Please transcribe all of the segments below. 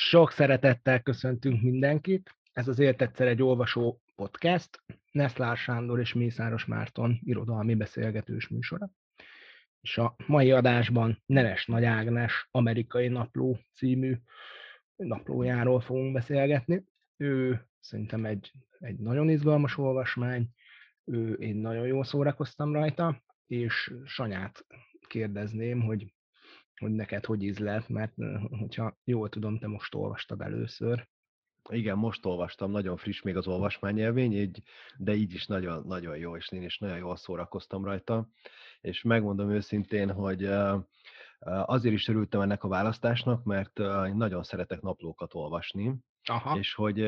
Sok szeretettel köszöntünk mindenkit. Ez az Élt egyszer egy olvasó podcast, Neszlár Sándor és Mészáros Márton irodalmi beszélgetős műsora. És a mai adásban Neres Nagy Ágnes Amerikai Napló című naplójáról fogunk beszélgetni. Ő szerintem egy nagyon izgalmas olvasmány, én nagyon jól szórakoztam rajta, és Sanyát kérdezném, hogy neked hogy ízlelt, mert hogyha jól tudom, te most olvastad először. Igen, most olvastam, nagyon friss még az olvasmányélmény, de így is nagyon, nagyon jó, és én is nagyon jól szórakoztam rajta. És megmondom őszintén, hogy azért is örültem ennek a választásnak, mert én nagyon szeretek naplókat olvasni, Aha.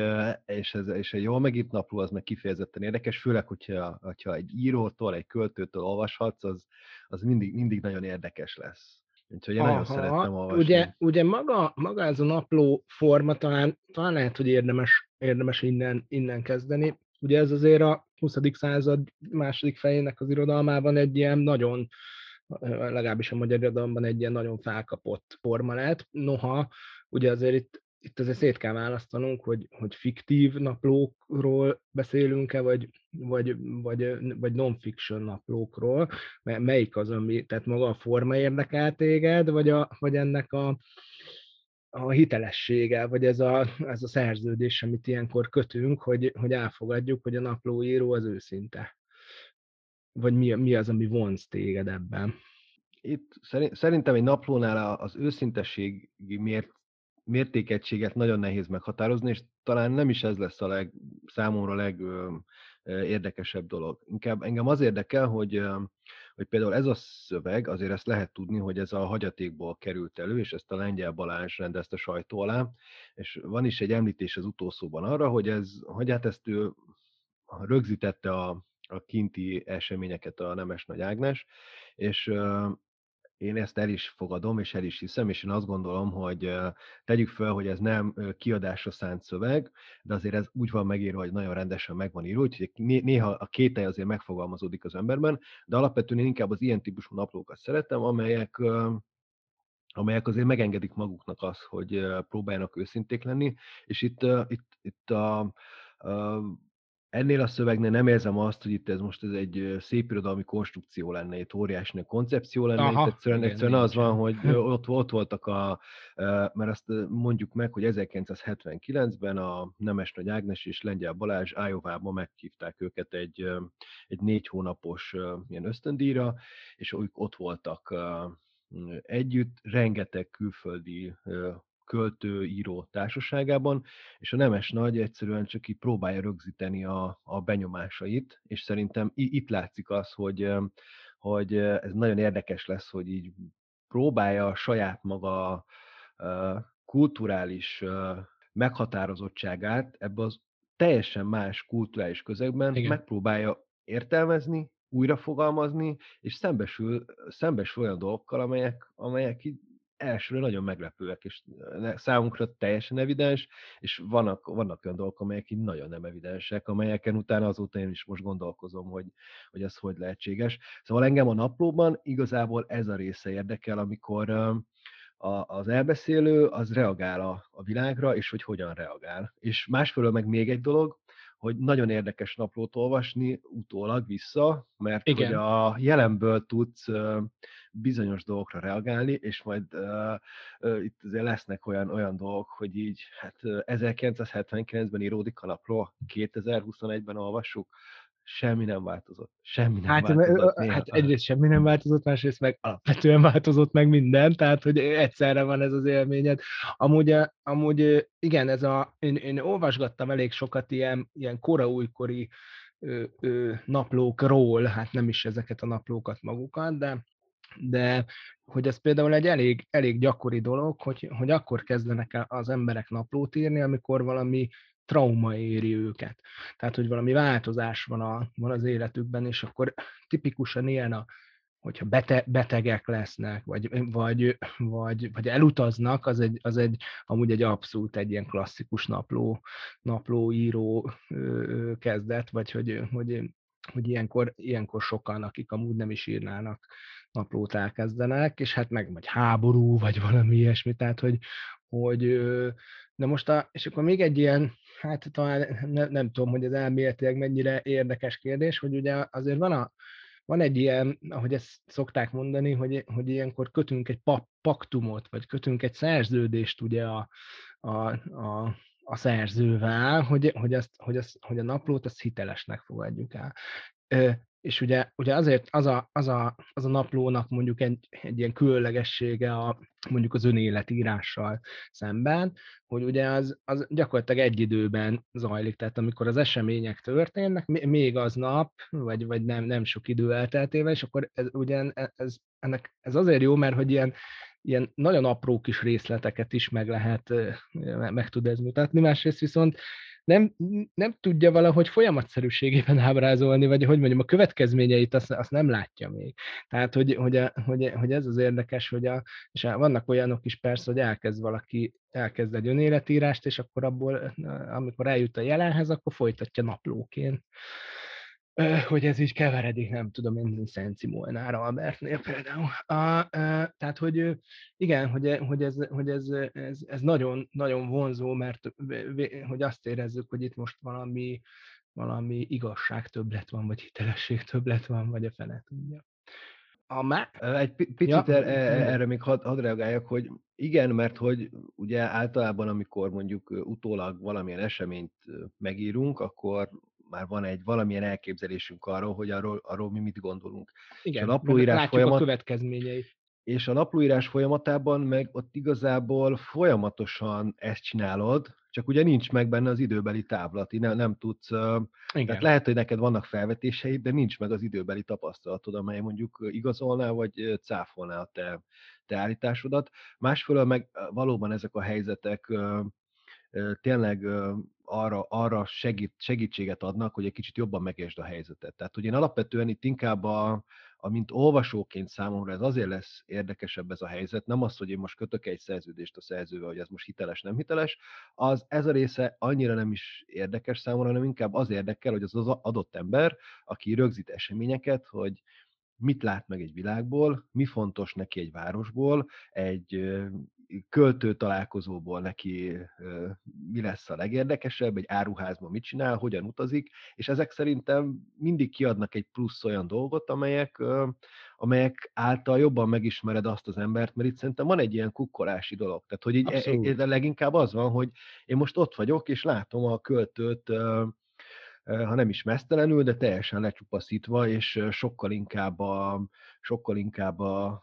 és egy jól megírt napló az meg kifejezetten érdekes, főleg, hogyha egy írótól, egy költőtől olvashatsz, az mindig nagyon érdekes lesz. Úgyhogy én nagyon szerettem Aha, olvasni. ugye maga ez a napló forma talán lehet, hogy érdemes innen kezdeni. Ugye ez azért a 20. század második felének az irodalmában egy ilyen nagyon, legalábbis a magyar irodalomban egy ilyen nagyon felkapott forma lett. Noha, ugye azért itt azért szét kell választanunk, hogy fiktív naplókról beszélünk-e, vagy non-fiction naplókról, melyik az, ami, tehát maga a forma érdekel téged, vagy ennek a hitelessége, vagy ez a szerződés, amit ilyenkor kötünk, hogy elfogadjuk, hogy a naplóíró az őszinte. Vagy mi az, ami vonz téged ebben? Itt szerintem egy naplónál az őszintességi mértékegységet nagyon nehéz meghatározni, és talán nem is ez lesz számomra legérdekesebb dolog. Inkább engem az érdekel, hogy például ez a szöveg, azért ezt lehet tudni, hogy ez a hagyatékból került elő, és ezt a Lengyel Balázs rendezte sajtó alá, és van is egy említés az utószóban arra, hogy hát ezt ő rögzítette a kinti eseményeket a Nemes Nagy Ágnes, és én ezt el is fogadom, és el is hiszem, és én azt gondolom, hogy tegyük fel, hogy ez nem kiadásra szánt szöveg, de azért ez úgy van megírva, hogy nagyon rendesen meg van írva, úgyhogy néha a kételj azért megfogalmazódik az emberben, de alapvetően én inkább az ilyen típusú naplókat szeretem, amelyek azért megengedik maguknak azt, hogy próbáljanak őszinték lenni, és ennél a szövegnél nem érzem azt, hogy ez egy szép irodalmi konstrukció lenne, itt óriási nagy koncepció lenne, itt Aha, egyszerűen, igen, egyszerűen az van, nincsen. hogy ott voltak mert azt mondjuk meg, hogy 1979-ben a Nemes Nagy Ágnes és Lengyel Balázs Iowában meghívták őket egy 4 hónapos ilyen ösztöndíjra, és ők ott voltak együtt, rengeteg külföldi költő, író társaságában, és a Nemes Nagy egyszerűen csak így próbálja rögzíteni a benyomásait, és szerintem itt látszik az, hogy ez nagyon érdekes lesz, hogy így próbálja a saját maga kulturális meghatározottságát ebbe az teljesen más kulturális közegben Igen. megpróbálja értelmezni, újrafogalmazni, és szembesül olyan dolgokkal, amelyek így elsőre nagyon meglepőek, és számunkra teljesen evidens, és vannak olyan dolgok, amelyek így nagyon nem evidensek, amelyeken utána azóta én is most gondolkozom, hogy ez hogy lehetséges. Szóval engem a naplóban igazából ez a része érdekel, amikor az elbeszélő az reagál a világra, és hogy hogyan reagál. És másfelől meg még egy dolog, hogy nagyon érdekes naplót olvasni utólag vissza, mert hogy Igen. a jelenből tudsz bizonyos dolgokra reagálni, és majd itt azért lesznek olyan dolgok, hogy így hát 1979-ben íródik a napról, 2021-ben olvassuk, semmi nem változott. Semmi nem Hát, változott hát néha. egyrészt semmi nem változott, másrészt meg alapvetően változott meg minden, tehát hogy egyszerre van ez az élményed. Amúgy igen, én olvasgattam elég sokat ilyen kora-újkori naplókról, hát nem is ezeket a naplókat magukat, de hogy ez például egy elég gyakori dolog, hogy akkor kezdenek el az emberek naplót írni, amikor valami trauma éri őket. Tehát, hogy valami változás van az életükben, és akkor tipikusan ilyen hogyha betegek lesznek, vagy elutaznak, az egy amúgy egy abszolút egy ilyen klasszikus naplóíró kezdet, vagy hogy ilyenkor sokan, akik amúgy nem is írnának, naplót elkezdenek, és hát meg vagy háború, vagy valami ilyesmi, tehát hogy De most és akkor még egy ilyen, hát talán nem tudom, hogy ez elméletileg mennyire érdekes kérdés, hogy ugye azért van egy ilyen, ahogy ezt szokták mondani, hogy ilyenkor kötünk egy paktumot, vagy kötünk egy szerződést ugye a, a, a szerzővel, hogy a naplót azt hitelesnek fogadjuk el. És ugye azért az a naplónak mondjuk egy ilyen különlegessége mondjuk az önéletírással szemben, hogy ugye az gyakorlatilag egy időben zajlik, tehát amikor az események történnek, még aznap, vagy nem sok idő elteltével, és akkor ez azért jó, mert hogy ilyen nagyon apró kis részleteket is meg tud ez mutatni, másrészt viszont nem, nem tudja valahogy folyamatszerűségében ábrázolni, vagy hogy mondjam, a következményeit azt nem látja még. Tehát, hogy ez az érdekes, és vannak olyanok is persze, hogy elkezd egy önéletírást, és akkor abból, amikor eljut a jelenhez, akkor folytatja naplóként. Hogy ez így keveredik, nem tudom én, Szenci Molnár Albertnél például. Tehát, hogy igen, hogy ez nagyon, nagyon vonzó, mert hogy azt érezzük, hogy itt most valami igazság többlet van, vagy hitelesség többlet van, vagy a fene tudja. Egy picit Ja, erre még hadd reagáljak, hogy igen, mert hogy ugye általában, amikor mondjuk utólag valamilyen eseményt megírunk, akkor már van egy valamilyen elképzelésünk arról, hogy arról mi mit gondolunk. És a igen, meg naplóírás látjuk a folyamat következményeit. És a naplóírás folyamatában meg ott igazából folyamatosan ezt csinálod, csak ugye nincs meg benne az időbeli távlat, nem tudsz, tehát Igen. lehet, hogy neked vannak felvetéseid, de nincs meg az időbeli tapasztalatod, amely mondjuk igazolná, vagy cáfolná a te állításodat. Másfelől meg valóban ezek a helyzetek tényleg arra segítséget adnak, hogy egy kicsit jobban megértsd a helyzetet. Tehát, hogy én alapvetően itt inkább mint olvasóként számomra ez azért lesz érdekesebb ez a helyzet, nem az, hogy én most kötök egy szerződést a szerzővel, hogy ez most hiteles, nem hiteles, ez a része annyira nem is érdekes számomra, hanem inkább az érdekel, hogy az adott ember, aki rögzít eseményeket, hogy mit lát meg egy világból, mi fontos neki egy városból, egy költő találkozóból neki mi lesz a legérdekesebb, egy áruházban mit csinál, hogyan utazik, és ezek szerintem mindig kiadnak egy plusz olyan dolgot, amelyek által jobban megismered azt az embert, mert itt szerintem van egy ilyen kukkolási dolog. Tehát, hogy így Abszolút. leginkább az van, hogy én most ott vagyok, és látom a költőt, ha nem is meztelenül, de teljesen lecsupaszítva, és sokkal inkább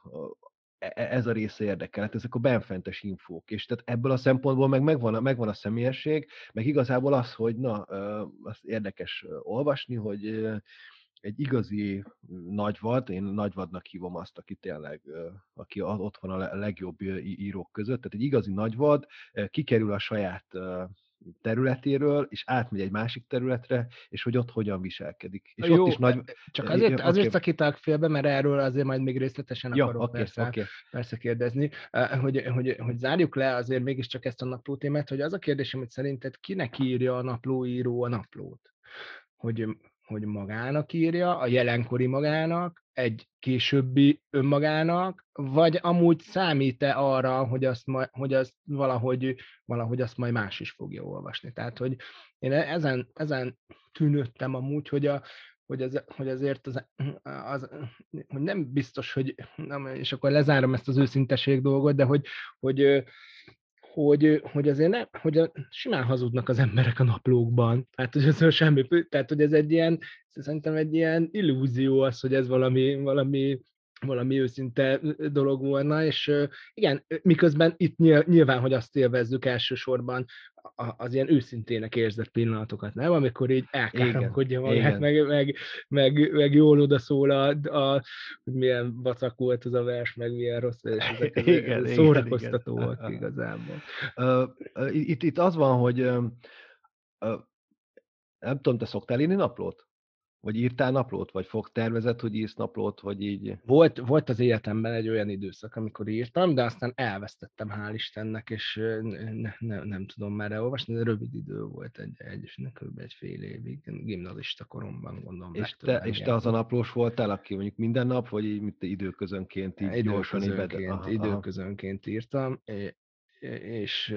ez a része érdekel, hát ezek a benfentes infók, és tehát ebből a szempontból megvan a személyesség, meg igazából az, hogy az érdekes olvasni, hogy egy igazi nagyvad, én nagyvadnak hívom azt, aki tényleg, aki ott van a legjobb írók között, tehát egy igazi nagyvad kikerül a saját területéről, és átmegy egy másik területre, és hogy ott hogyan viselkedik. És ott Jó, is nagy... csak azért Oké. szakítak félbe, mert erről azért majd még részletesen Ja, akarok persze, oké. persze kérdezni, hogy zárjuk le azért mégiscsak ezt a napló témát, hogy az a kérdésem, hogy szerinted kinek írja a naplóíró a naplót? Hogy, hogy magának írja, a jelenkori magának, egy későbbi önmagának, vagy amúgy számít-e arra, hogy azt valahogy azt majd más is fogja olvasni. Tehát, hogy én ezen tűnődtem amúgy, hogy azért hogy nem biztos, és akkor lezárom ezt az őszinteség dolgot, de hogy, hogy azért nem, simán hazudnak az emberek a naplókban. Hát, hogy ez semmi, tehát, hogy ez szerintem egy ilyen illúzió az, hogy ez valami őszinte dolog volna, és igen, miközben itt nyilván, hogy azt élvezzük elsősorban az ilyen őszintének érzett pillanatokat, nem? Amikor így Igen, elkáromkodja magát, igen. meg jól odaszól hogy milyen vacak volt az a vers, meg milyen rossz, és Igen, ez igen. szórakoztató volt igazából. Itt az van, hogy nem tudom, te szoktál írni naplót? Vagy írtál naplót? Vagy tervezed, hogy írsz naplót, vagy így? Volt az életemben egy olyan időszak, amikor írtam, de aztán elvesztettem, hál' Istennek, és nem tudom merre olvasni, de rövid idő volt, kb. Egy fél évig, gimnazista koromban, gondolom És legtöbb te az a engem. naplós voltál, aki mondjuk minden nap, vagy így időközönként így gyorsan így Időközönként írtam, és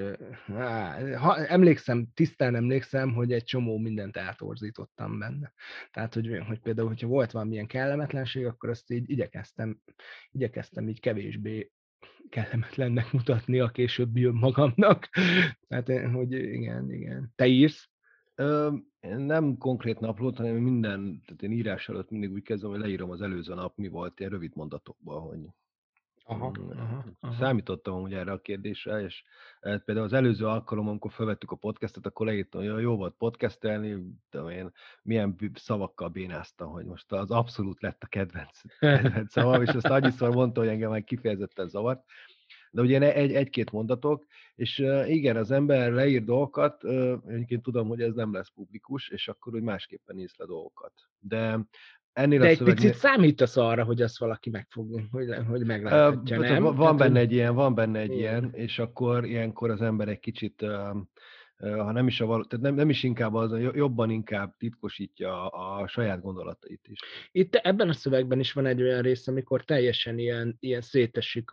emlékszem, tisztán emlékszem, hogy egy csomó mindent eltorzítottam benne. Tehát, hogy például, hogyha volt valamilyen kellemetlenség, akkor azt így igyekeztem így kevésbé kellemetlennek mutatni a későbbi önmagamnak. Tehát, hogy igen, igen. Te írsz? Én nem konkrét naplót, hanem minden, tehát én írás előtt mindig úgy kezdem, hogy leírom az előző nap, mi volt ilyen rövid mondatokban, hogy Aha, aha, aha. számítottam amúgy erre a kérdésre, és például az előző alkalom, amikor felvettük a podcastet, akkor leírtam, hogy jó volt podcastelni, de én milyen szavakkal bénáztam, hogy most az abszolút lett a kedvenc szavam, és azt annyiszor mondta, hogy engem már kifejezetten zavart. De ugye egy-két mondatok, és igen, az ember leír dolgokat, egyébként tudom, hogy ez nem lesz publikus, és akkor úgy másképpen írsz le dolgokat. De ennél De a egy picit szövegnél számítasz arra, hogy azt valaki megfogja, hogy megláthatja, nem? van Tehát, hogy... benne egy Igen. ilyen, és akkor ilyenkor az ember egy kicsit, ha nem is tehát nem is inkább az, jobban inkább titkosítja a saját gondolatait is. Itt ebben a szövegben is van egy olyan rész, amikor teljesen ilyen szétesik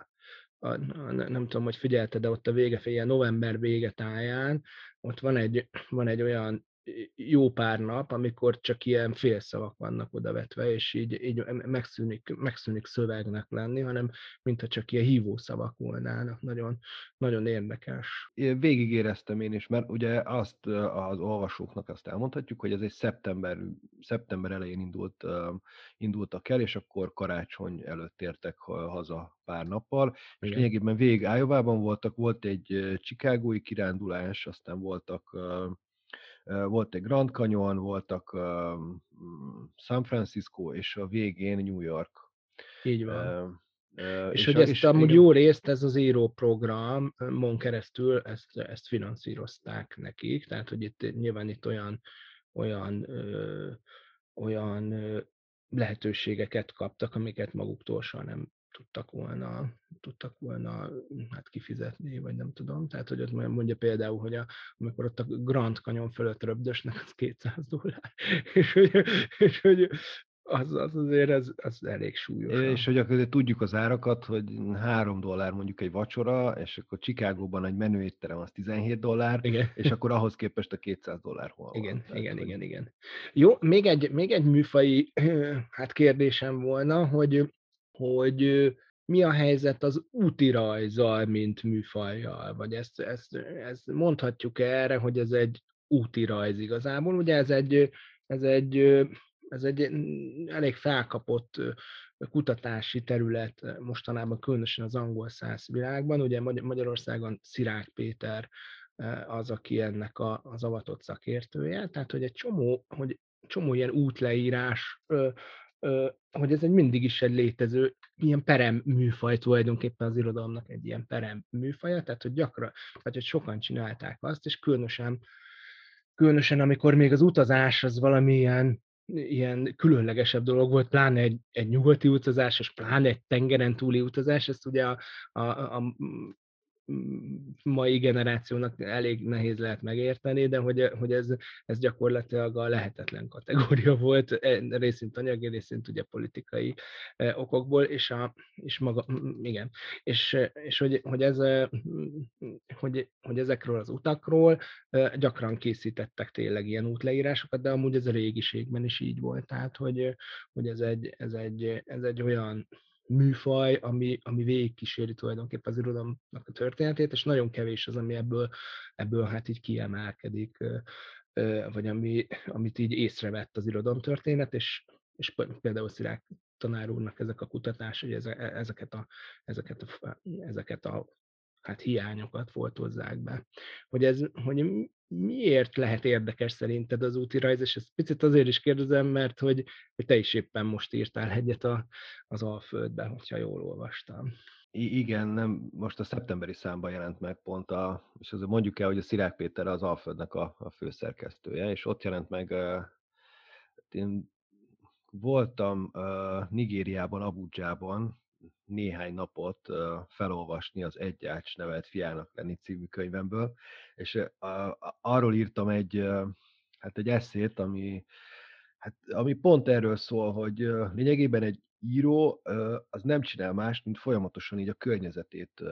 nem tudom, hogy figyelte, de ott a ilyen november vége táján, ott van egy olyan jó pár nap, amikor csak ilyen félszavak vannak odavetve, és így megszűnik szövegnek lenni, hanem mintha csak ilyen hívószavak volnának. Nagyon, nagyon érdekes. Végigéreztem én is, mert ugye azt az olvasóknak azt elmondhatjuk, hogy ez egy szeptember elején indultak el, és akkor karácsony előtt értek haza pár nappal, és Igen. lényegében végig Iowában voltak, volt egy chicagói kirándulás, aztán volt egy Grand Canyon, voltak San Francisco, és a végén New York. Így van. És És, hogy ezt és amúgy igen, jó részt ez az íróprogramon keresztül ezt finanszírozták nekik, tehát hogy itt nyilván itt olyan, ö, olyan lehetőségeket kaptak, amiket maguktól soha nem tudtak volna hát kifizetni, vagy nem tudom. Tehát, hogy ott mondja például, hogy amikor ott a Grand Canyon fölött röbdösnek, az $200. És hogy az azért az elég súlyos. és hogy akkor tudjuk az árakat, hogy $3 mondjuk egy vacsora, és akkor Chicagóban egy menüétterem az $17, Igen. és akkor ahhoz képest a $200 hol van. Igen, Tehát, igen, hogy igen, igen. Jó, még egy műfai hát kérdésem volna, hogy mi a helyzet az útirajzzal, mint műfajjal? Vagy ezt mondhatjuk erre, hogy ez egy útirajz igazából? Ugye ez egy, ez egy elég felkapott kutatási terület mostanában, különösen az angol száz világban. Ugye Magyarországon Szirák Péter az, aki ennek az avatott szakértője. Tehát, hogy csomó ilyen útleírás, hogy ez egy mindig is egy létező ilyen perem műfaj tulajdonképpen az irodalomnak egy ilyen perem műfaja, tehát hogy gyakran, tehát hogy sokan csinálták azt, és különösen amikor még az utazás az valamilyen ilyen különlegesebb dolog volt, pláne egy nyugati utazás, és pláne egy tengeren túli utazás, ezt ugye a mai generációnak elég nehéz lehet megérteni, de hogy ez gyakorlatilag a lehetetlen kategória volt, részint anyagi, részint ugye politikai okokból, és maga, igen, és hogy ezekről az utakról gyakran készítettek tényleg ilyen útleírásokat, de amúgy ez a régiségben is így volt, tehát hogy ez egy olyan műfaj, ami végigkíséri tulajdonképpen az irodalomnak a történetét, és nagyon kevés az, ami ebből hát így kiemelkedik, vagy amit így észrevett az irodalomtörténet, és például Szirák tanár úrnak ezek a kutatás, hogy ezeket a hát hiányokat foltozzák be. Hogy miért lehet érdekes szerinted az útirajz, és ezt picit azért is kérdezem, mert hogy te is éppen most írtál egyet az Alföldbe, hogyha jól olvastam. igen, nem, most a szeptemberi számban jelent meg pont, és azért mondjuk el, hogy a Szirák Péter az Alföldnek a főszerkesztője, és ott jelent meg, én voltam Nigériában, Abudzsában néhány napot felolvasni az Egy Ács nevelt fiának lenni című könyvemből, és arról írtam egy esszét, ami pont erről szól, hogy lényegében egy író az nem csinál más, mint folyamatosan így a környezetét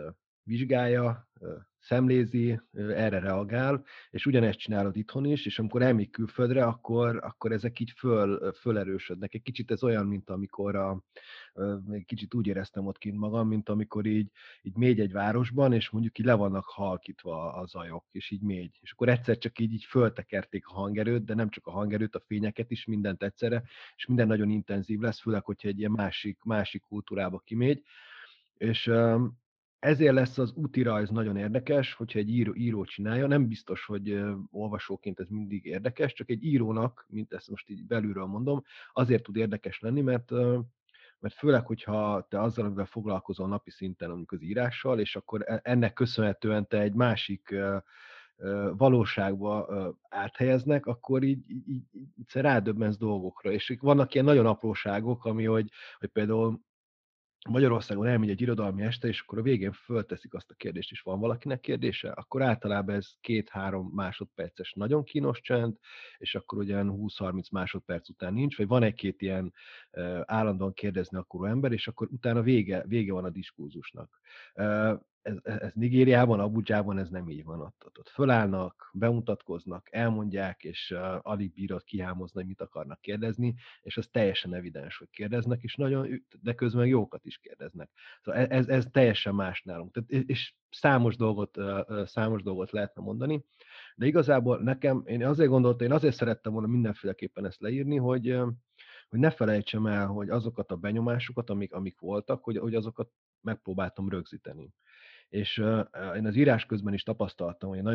vizsgálja, szemlézi, erre reagál, és ugyanezt csinálod itthon is, és amikor elmégy külföldre, akkor ezek így fölerősödnek. Egy kicsit ez olyan, mint amikor egy kicsit úgy éreztem ott kint magam, mint amikor így mégy egy városban, és mondjuk így le vannak halkítva a zajok, és így mégy. És akkor egyszer csak így föltekerték a hangerőt, de nem csak a hangerőt, a fényeket is, mindent egyszerre, és minden nagyon intenzív lesz, főleg, hogyha egy ilyen másik kultúrába kimégy. És ezért lesz az útirajz nagyon érdekes, hogyha egy író csinálja. Nem biztos, hogy olvasóként ez mindig érdekes, csak egy írónak, mint ezt most így belülről mondom, azért tud érdekes lenni, mert főleg, hogyha te azzal, amivel foglalkozol napi szinten, mondjuk az írással, és akkor ennek köszönhetően te egy másik valóságba áthelyeznek, akkor így rádöbbensz dolgokra. És vannak ilyen nagyon apróságok, hogy például Magyarországon elmegy egy irodalmi este, és akkor a végén fölteszik azt a kérdést is, van valakinek kérdése? Akkor általában ez 2-3 másodperces nagyon kínos csend, és akkor ugyan 20-30 másodperc után nincs, vagy van egy-két ilyen állandóan kérdezni akaró ember, és akkor utána vége van a diskurzusnak. Ez Nigériában, Abudzsában ez nem így van. Ott fölállnak, bemutatkoznak, elmondják, és alig bírod kihámozni, hogy mit akarnak kérdezni, és az teljesen evidens, hogy kérdeznek, és de közben meg jókat is kérdeznek. Szóval ez teljesen más nálunk. Tehát, és számos dolgot lehetne mondani, de igazából én azért szerettem volna mindenféleképpen ezt leírni, hogy ne felejtsem el, hogy azokat a benyomásokat, amik voltak, hogy azokat megpróbáltam rögzíteni. És én az írás közben is tapasztaltam, hogy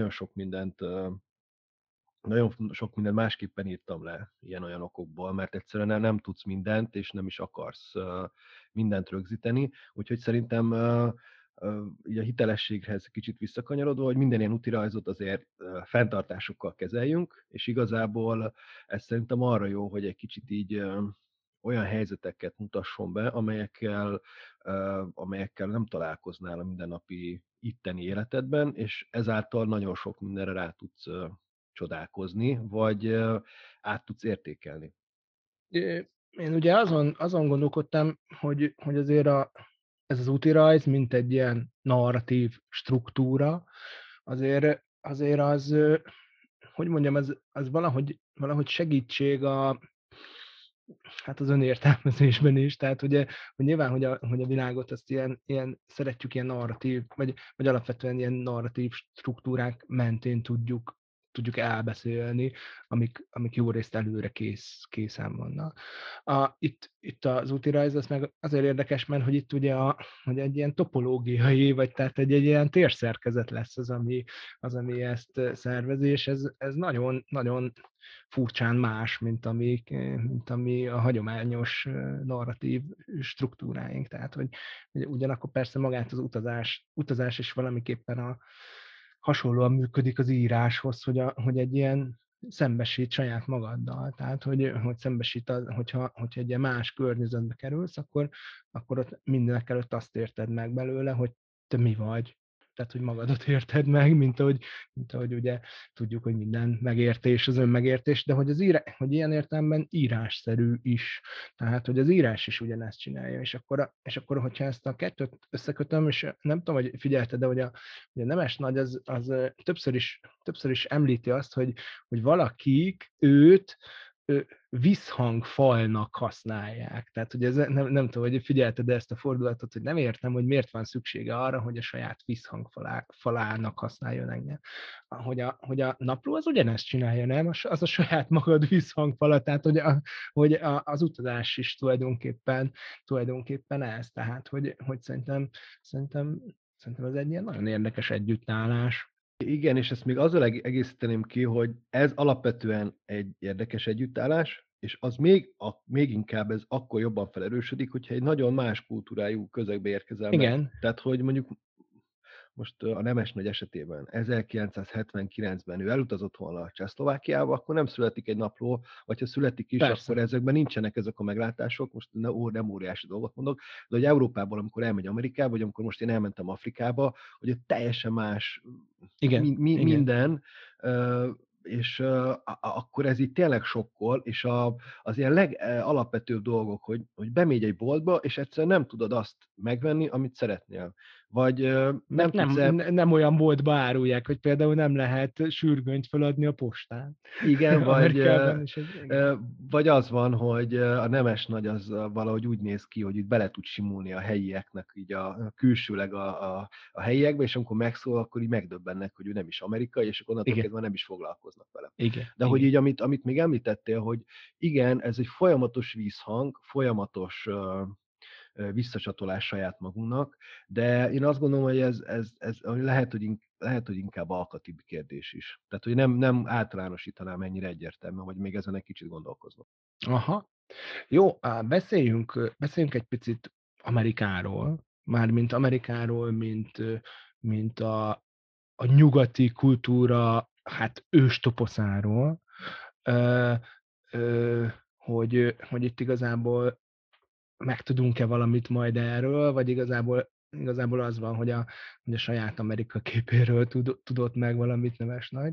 nagyon sok mindent másképpen írtam le ilyen-olyan okokból, mert egyszerűen nem tudsz mindent, és nem is akarsz mindent rögzíteni. Úgyhogy szerintem így a hitelességhez kicsit visszakanyarodva, hogy minden ilyen útirajzot azért fenntartásokkal kezeljünk, és igazából ez szerintem arra jó, hogy egy kicsit így olyan helyzeteket mutasson be, amelyekkel nem találkoznál a mindennapi itteni életedben, és ezáltal nagyon sok mindenre rá tudsz csodálkozni, vagy át tudsz értékelni. Én ugye azon gondolkodtam, hogy azért ez az útirajz, mint egy ilyen narratív struktúra, azért az, hogy mondjam, az valahogy segítség hát az önértelmezésben is, tehát ugye, hogy nyilván, hogy a világot azt ilyen szeretjük ilyen narratív, vagy alapvetően ilyen narratív struktúrák mentén tudjuk elbeszélni, amik jó részt előre készen vannak. Itt az útirajz az meg azért érdekes, mert hogy itt ugye hogy egy ilyen topológiai, vagy tehát egy ilyen térszerkezet lesz az, ami ezt szervezi, és ez nagyon, nagyon furcsán más, mint ami a hagyományos narratív struktúráink. Tehát, hogy ugyanakkor persze magát az utazás is valamiképpen hasonlóan működik az íráshoz, hogy egy ilyen szembesít saját magaddal. Tehát, hogy szembesít, hogyha egy ilyen más környezetbe kerülsz, akkor ott mindenek előtt azt érted meg belőle, hogy te mi vagy. Tehát, hogy magadat érted meg, mint ahogy ugye tudjuk, hogy minden megértés az önmegértés, de hogy ilyen értelemben írásszerű is. Tehát, hogy az írás is ugyanezt csinálja. És akkor hogyha ezt a kettőt összekötöm, és nem tudom, hogy figyelted, de hogy a Nemes Nagy az többször is említi azt, hogy valakik őt visszhangfalnak használják. Tehát, hogy ez nem tudom, hogy figyelted ezt a fordulatot, hogy nem értem, hogy miért van szüksége arra, hogy a saját visszhangfalának használjon engem. Hogy a napló az ugyanezt csinálja, nem? Az a saját magad visszhangfala, tehát hogy az utazás is tulajdonképpen ez. Tehát, hogy szerintem ez egy ilyen nagyon érdekes együttállás. Igen, és ezt még azzal egészíteném ki, hogy ez alapvetően egy érdekes együttállás, és az még inkább ez akkor jobban felerősödik, hogyha egy nagyon más kultúrájú közegbe érkezel meg. Igen, Tehát, hogy mondjuk most a Nemes Nagy esetében 1979-ben ő elutazott volna Csehszlovákiába, akkor nem születik egy napló, vagy ha születik is, persze. akkor ezekben nincsenek ezek a meglátások, most nem óriási dolgot mondok, de hogy Európából, amikor elmegy Amerikába, vagy amikor most én elmentem Afrikába, hogy ott teljesen más Igen, igen. minden, és akkor ez így tényleg sokkol, és az ilyen legalapvetőbb dolgok, hogy bemégy egy boltba, és egyszerűen nem tudod azt megvenni, amit szeretnél. Vagy nem Mert tudsz-e. nem olyan boltba árulják, hogy például nem lehet sürgönyt feladni a postán. Igen, Amerikában is, igen. vagy az van, hogy a nemes nagy az valahogy úgy néz ki, hogy itt bele tud simulni a helyieknek, így a külsőleg a helyiekbe, és amikor megszól, akkor így megdöbbennek, hogy ő nem is amerikai, és akkor onnantól Igen, kezdve nem is foglalkoznak vele. igen, De hogy igen. így, amit még említettél, hogy igen, ez egy folyamatos vízhang, folyamatos visszacsatolás saját magunknak, de én azt gondolom, hogy ez lehet, hogy inkább alkatibb kérdés is. Tehát, hogy nem általánosítanám ennyire egyértelműen, vagy még ezen egy kicsit gondolkoznom. Aha. Jó, beszéljünk egy picit Amerikáról, mármint Amerikáról, mint a nyugati kultúra, hát őstoposzáról, ö, hogy itt igazából megtudunk-e valamit majd erről, vagy igazából az van, hogy a saját Amerika képéről tudott meg valamit Nemes Nagy,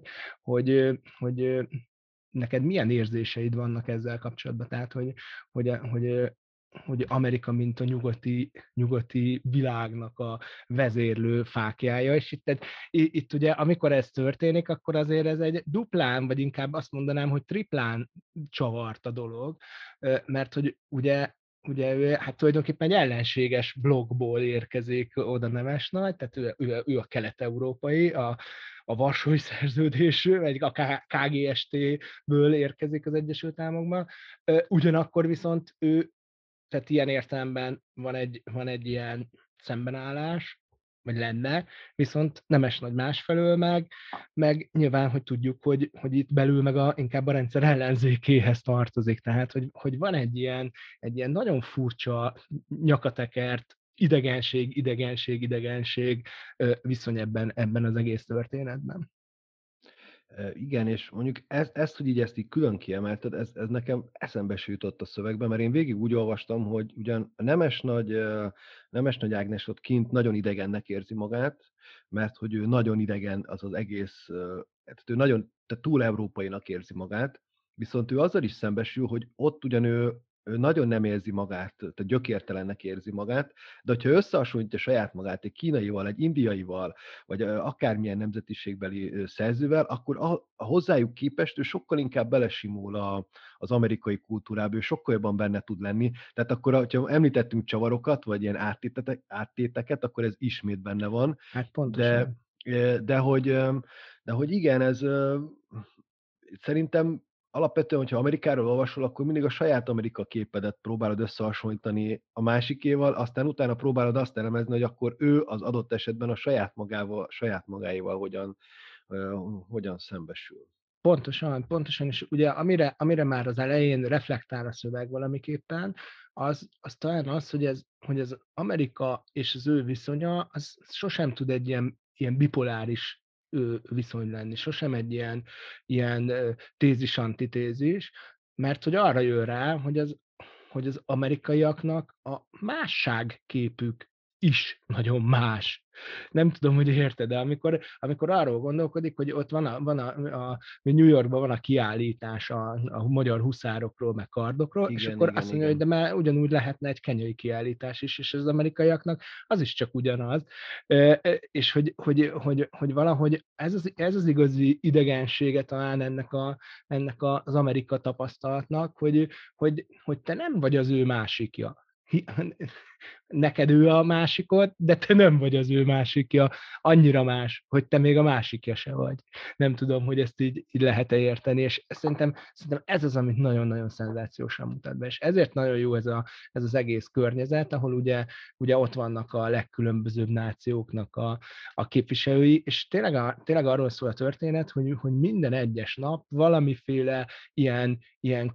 hogy neked milyen érzéseid vannak ezzel kapcsolatban, tehát hogy, hogy, hogy Amerika, mint a nyugati világnak a vezérlő fáklyája, és itt ugye, amikor ez történik, akkor azért ez egy duplán, vagy inkább azt mondanám, hogy triplán csavart a dolog, mert hogy ugye ő hát tulajdonképpen egy ellenséges blokkból érkezik oda Nemes Nagy, tehát ő a kelet-európai, a Varsói Szerződésű, vagy a KGST-ből érkezik az Egyesült Államokban. Ugyanakkor viszont ő, tehát ilyen értelemben van egy ilyen szembenállás, vagy lenne, viszont Nemes Nagy másfelől meg nyilván, hogy tudjuk, hogy itt belül meg inkább a rendszer ellenzékéhez tartozik, tehát hogy van egy ilyen nagyon furcsa nyakatekert idegenség viszony ebben az egész történetben. Igen, és mondjuk hogy így ezt így külön kiemelted, ez nekem eszembe se jutott a szövegben, mert én végig úgy olvastam, hogy ugyan a Nemes Nagy Ágnes ott kint nagyon idegennek érzi magát, mert hogy ő nagyon idegen az egész, tehát ő nagyon tehát túl európainak érzi magát, viszont ő azzal is szembesül, hogy ott ugyan ő nagyon nem érzi magát, tehát gyökértelennek érzi magát, de hogyha összehasonlítja saját magát egy kínaival, egy indiaival, vagy akármilyen nemzetiségbeli szerzővel, akkor a hozzájuk képest ő sokkal inkább belesimul az amerikai kultúrába, ő sokkal jobban benne tud lenni. Tehát akkor, ha említettünk csavarokat, vagy ilyen áttéteket, akkor ez ismét benne van. Hát De, pontosan. de, hogy, de hogy igen, ez szerintem alapvetően, hogyha Amerikáról olvasol, akkor mindig a saját Amerika képedet próbálod összehasonlítani a másikéval, aztán utána próbálod azt elemezni, hogy akkor ő az adott esetben a saját magáéval hogyan szembesül. Pontosan, és ugye amire már az elején reflektál a szöveg valamiképpen, az talán az, hogy ez Amerika és az ő viszonya, az sosem tud egy ilyen bipoláris viszony lenni, sosem egy ilyen tézis-antitézis, mert hogy arra jön rá, hogy az amerikaiaknak a másságképük is nagyon más. Nem tudom, hogy érted, de amikor arról gondolkodik, hogy ott van New Yorkban van a kiállítás a magyar huszárokról, meg kardokról, és Igen, akkor igen, azt mondja, hogy de igen. már ugyanúgy lehetne egy kenyai kiállítás is, és az amerikaiaknak az is csak ugyanaz. És hogy valahogy ez az igazi idegensége talán ennek az Amerika tapasztalatnak, hogy te nem vagy az ő másikja. Neked ő a másikod, de te nem vagy az ő másikja, annyira más, hogy te még a másikja se vagy. Nem tudom, hogy ezt így lehet-e érteni, és szerintem ez az, amit nagyon-nagyon szenzációsan mutat be, és ezért nagyon jó ez az egész környezet, ahol ugye ott vannak a legkülönbözőbb nációknak a képviselői, és tényleg arról szól a történet, hogy minden egyes nap valamiféle ilyen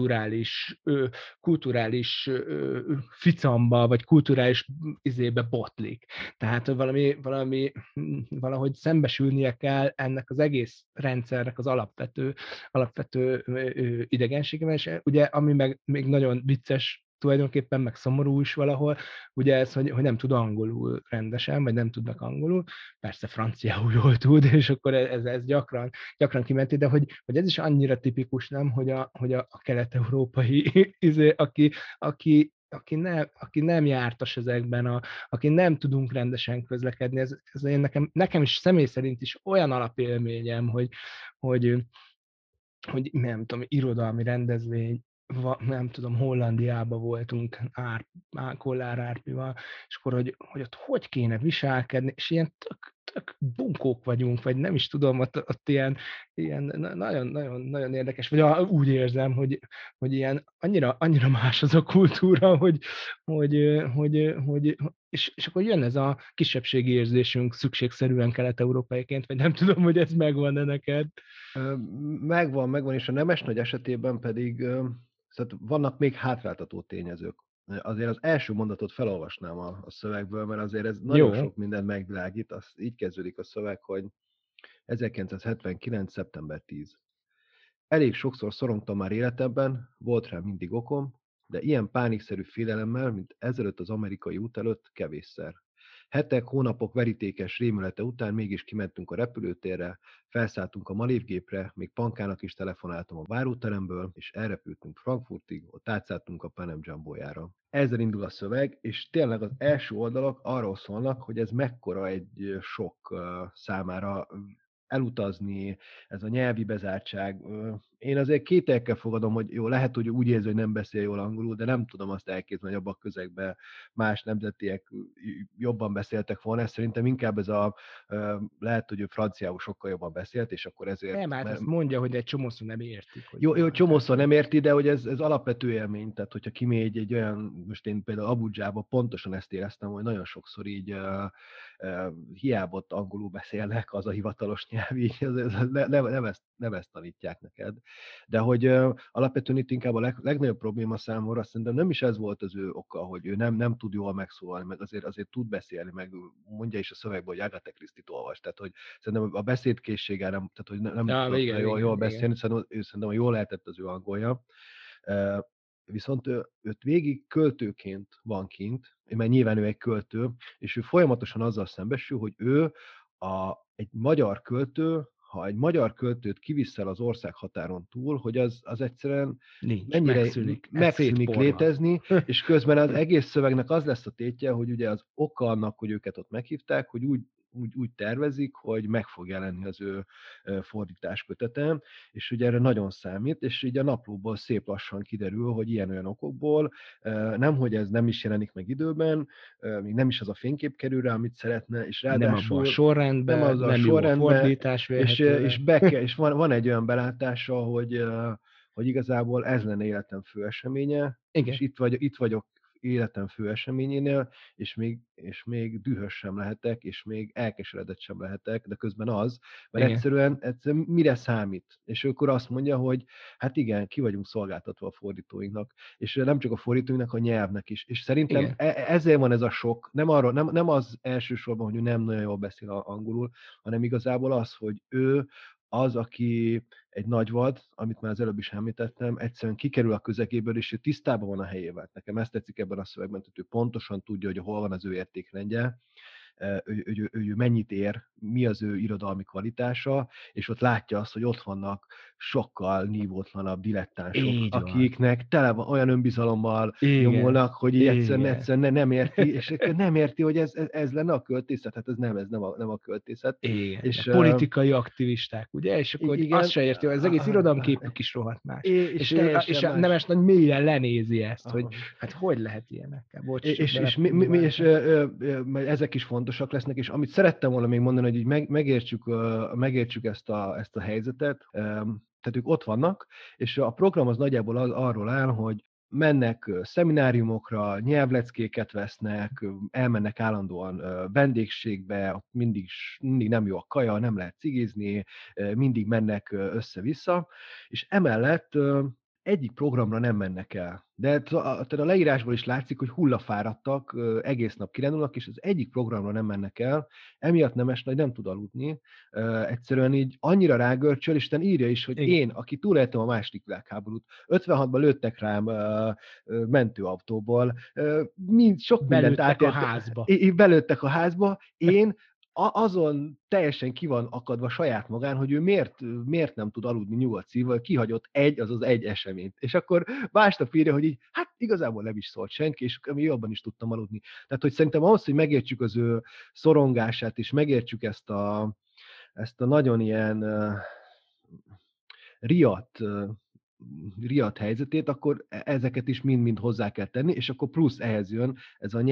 kulturális ficamba, vagy kulturális izébe botlik. Tehát valahogy szembesülnie kell ennek az egész rendszernek az alapvető idegenségével, és ugye ami meg még nagyon vicces tulajdonképpen, meg szomorú is valahol, ugye ez, hogy nem tud angolul rendesen, vagy nem tudnak angolul, persze franciául jól tud, és akkor ez gyakran kimenti, de hogy ez is annyira tipikus, nem, hogy a kelet-európai, aki aki nem jártas ezekben, aki nem tudunk rendesen közlekedni, ez nekem is személy szerint is olyan alapélményem, hogy, hogy nem tudom, irodalmi rendezvény, nem tudom, Hollandiában voltunk Kollár Árpival, és akkor, hogy ott hogy kéne viselkedni, és ilyen tök bunkók vagyunk, vagy nem is tudom, ott ilyen nagyon érdekes, vagy úgy érzem, hogy ilyen annyira más az a kultúra, hogy és akkor jön ez a kisebbségi érzésünk szükségszerűen kelet-európaiként, vagy nem tudom, hogy ez megvan-e neked. Megvan, és a Nemesnagy esetében pedig szóval vannak még hátráltató tényezők. Azért az első mondatot felolvasnám a szövegből, mert azért ez nagyon sok mindent megvilágít. Így kezdődik a szöveg, hogy 1979. szeptember 10. Elég sokszor szorongtam már életemben, volt rá mindig okom, de ilyen pánikszerű félelemmel, mint ezelőtt az amerikai út előtt, kevésszer. Hetek, hónapok verítékes rémülete után mégis kimentünk a repülőtérre, felszálltunk a malévgépre, még Pankának is telefonáltam a váróteremből, és elrepültünk Frankfurtig, ott átszálltunk a Pan Am Jumbo-jára. Ezzel indul a szöveg, és tényleg az első oldalak arról szólnak, hogy ez mekkora egy sok számára elutazni, ez a nyelvi bezártság. Én azért kételkkel fogadom, hogy jó, lehet, hogy úgy érzi, hogy nem beszél jól angolul, de nem tudom azt elképzelni, hogy abban a közegben más nemzetiek jobban beszéltek volna. Szerintem inkább ez lehet, hogy ő franciául sokkal jobban beszélt, és akkor ezért... Nem, hát azt mondja, hogy egy csomószor nem értik. Hogy jó, csomószor nem érti, de hogy ez alapvető élmény, tehát hogyha kimegy egy olyan, most én például Abudzsába pontosan ezt éreztem, hogy nagyon sokszor így hiába ott angolul beszélnek, az a hivatalos nyelv, így nem ezt tanítják neked. De hogy alapvetően itt inkább a legnagyobb probléma számomra, szerintem nem is ez volt az ő oka, hogy ő nem tud jól megszólalni, meg azért tud beszélni, meg mondja is a szövegben, hogy Agatha Christie-t olvas, tehát hogy szerintem a beszédkészsége nem, tehát hogy nem tudott jól beszélni, szerintem jól lehetett az ő angolja. Viszont őt végig költőként van kint, mert nyilván ő egy költő, és ő folyamatosan azzal szembesül, hogy ő egy magyar költő, ha egy magyar költőt kiviszel az országhatáron túl, hogy az egyszerűen megszűnik létezni, és közben az egész szövegnek az lesz a tétje, hogy ugye az oka annak, hogy őket ott meghívták, hogy úgy tervezik, hogy meg fog jelenni az ő fordításkötetem, és ugye erre nagyon számít, és így a naplóból szép lassan kiderül, hogy ilyen-olyan okokból, nemhogy ez nem is jelenik meg időben, még nem is az a fénykép kerül rá, amit szeretne, és ráadásul nem abban a sorrendben, nem jó a fordítás és van egy olyan belátása, hogy igazából ez lenne életem fő eseménye, igen. És itt vagyok életem fő eseményénél, és még dühös sem lehetek, és még elkeseredett sem lehetek, de közben mert egyszerűen mire számít? És ő akkor azt mondja, hogy hát igen, ki vagyunk szolgáltatva a fordítóinknak, és nem csak a fordítóinknak, a nyelvnek is. És szerintem ezért van ez a sok, nem az elsősorban, hogy ő nem nagyon jól beszél angolul, hanem igazából az, hogy ő az, aki egy nagy vad, amit már az előbb is említettem, egyszerűen kikerül a közegéből, és ő tisztában van a helyével. Nekem ezt tetszik ebben a szövegben, hogy ő pontosan tudja, hogy hol van az ő értékrendje, ő mennyit ér, mi az ő irodalmi kvalitása, és ott látja azt, hogy ott vannak sokkal nívótlanabb dilettánsok, akiknek tele van olyan önbizalommal nyomulnak, hogy így egyszerűen nem érti, és nem érti, hogy ez lenne a költészet, hát ez nem a költészet. És a politikai aktivisták, ugye? És akkor azt se érti, hogy az egész irodalomképük is rohadt más. És a Nemesnagy mélyen lenézi ezt, hogy hát hogy lehet ilyenekkel? És ezek is fontosak lesznek, és amit szerettem volna még mondani, hogy így megértsük ezt a helyzetet, tehát ők ott vannak, és a program az nagyjából arról áll, hogy mennek szemináriumokra, nyelvleckéket vesznek, elmennek állandóan vendégségbe, ott mindig nem jó a kaja, nem lehet cigizni, mindig mennek össze-vissza, és emellett egyik programra nem mennek el. De a leírásból is látszik, hogy hullafáradtak, egész nap kirendulnak, és az egyik programra nem mennek el, emiatt Nemesnagy nem tud aludni, egyszerűen így annyira rágörcsöl, Isten írja is, hogy én, aki túléltem a második világháborút, 56-ban lőttek rám mentőautóból, sok mindent átéltem. A házba. Belőttek a házba, én azon teljesen ki van akadva saját magán, hogy ő miért nem tud aludni nyugodt szívvel, kihagyott azaz egy eseményt. És akkor másnap írja, hogy így, hát igazából nem is szólt senki, és mi jobban is tudtam aludni. Tehát, hogy szerintem ahhoz, hogy megértsük az ő szorongását, és megértsük ezt a nagyon ilyen riadt, riadt helyzetét, akkor ezeket is mind-mind hozzá kell tenni, és akkor plusz ehhez jön ez a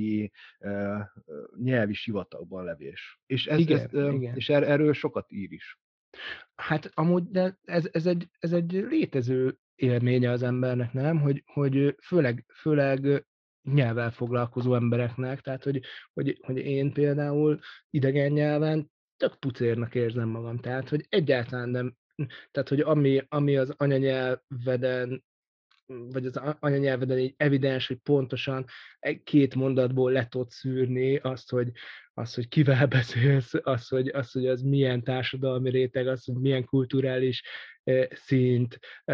nyelvi sivatagban levés. És, Igen, igen. erről sokat ír is. Hát amúgy, de ez egy létező élménye az embernek, nem? Hogy főleg nyelvvel foglalkozó embereknek, tehát hogy én például idegen nyelven tök pucérnak érzem magam, tehát hogy egyáltalán nem, tehát hogy ami az anyanyelveden vagy az anyanyelveden így evidens, hogy pontosan két mondatból le tudsz szűrni azt, hogy kivel beszélsz, az, hogy az milyen társadalmi réteg, az, hogy milyen kulturális szint,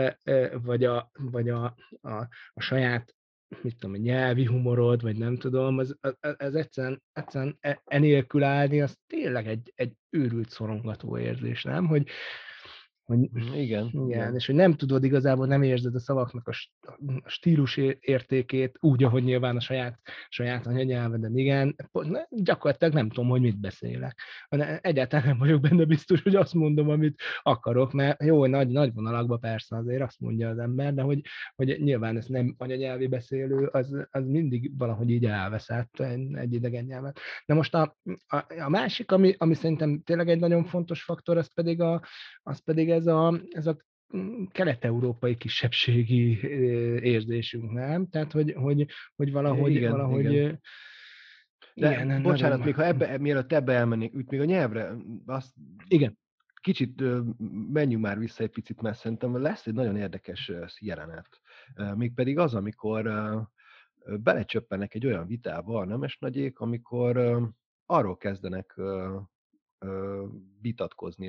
vagy a saját mit tudom, a nyelvi humorod, vagy nem tudom, ez egyszerűen enélkül állni, az tényleg egy őrült szorongató érzés, nem? Hogy Igen, igen, igen. és hogy nem tudod igazából, nem érzed a szavaknak a stílus értékét úgy, ahogy nyilván a saját anyanyelveden, igen, gyakorlatilag nem tudom, hogy mit beszélek. Egyáltalán nem vagyok benne biztos, hogy azt mondom, amit akarok, mert jó, nagy vonalakban persze azért azt mondja az ember, de hogy nyilván ez nem anyanyelvi beszélő, az mindig valahogy így elveszett egy idegen nyelvet. De most a másik, ami szerintem tényleg egy nagyon fontos faktor, az pedig ez a kelet-európai kisebbségi érzésünk, nem? Tehát, hogy Igen, igen. De igen, bocsánat, nagyon, még mielőtt ebbe elmennék, úgy még a nyelvre, azt igen, kicsit menjünk már vissza egy picit, mert szerintem lesz egy nagyon érdekes jelenet. Mégpedig az, amikor belecsöppennek egy olyan vitába a Nemes Nagyék, amikor arról kezdenek vitatkozni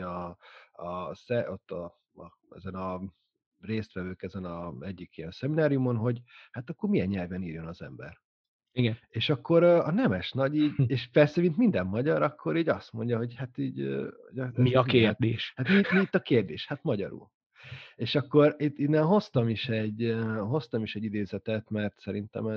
ezen a résztvevők ezen egyik ilyen szemináriumon, hogy hát akkor milyen nyelven írjon az ember. igen. És akkor a Nemes Nagy így, és persze, mint minden magyar, akkor így azt mondja, hogy hát így, Mi a igen, hát, kérdés? hát mi itt a kérdés? Hát magyarul. És akkor itt innen hoztam is egy idézetet, mert szerintem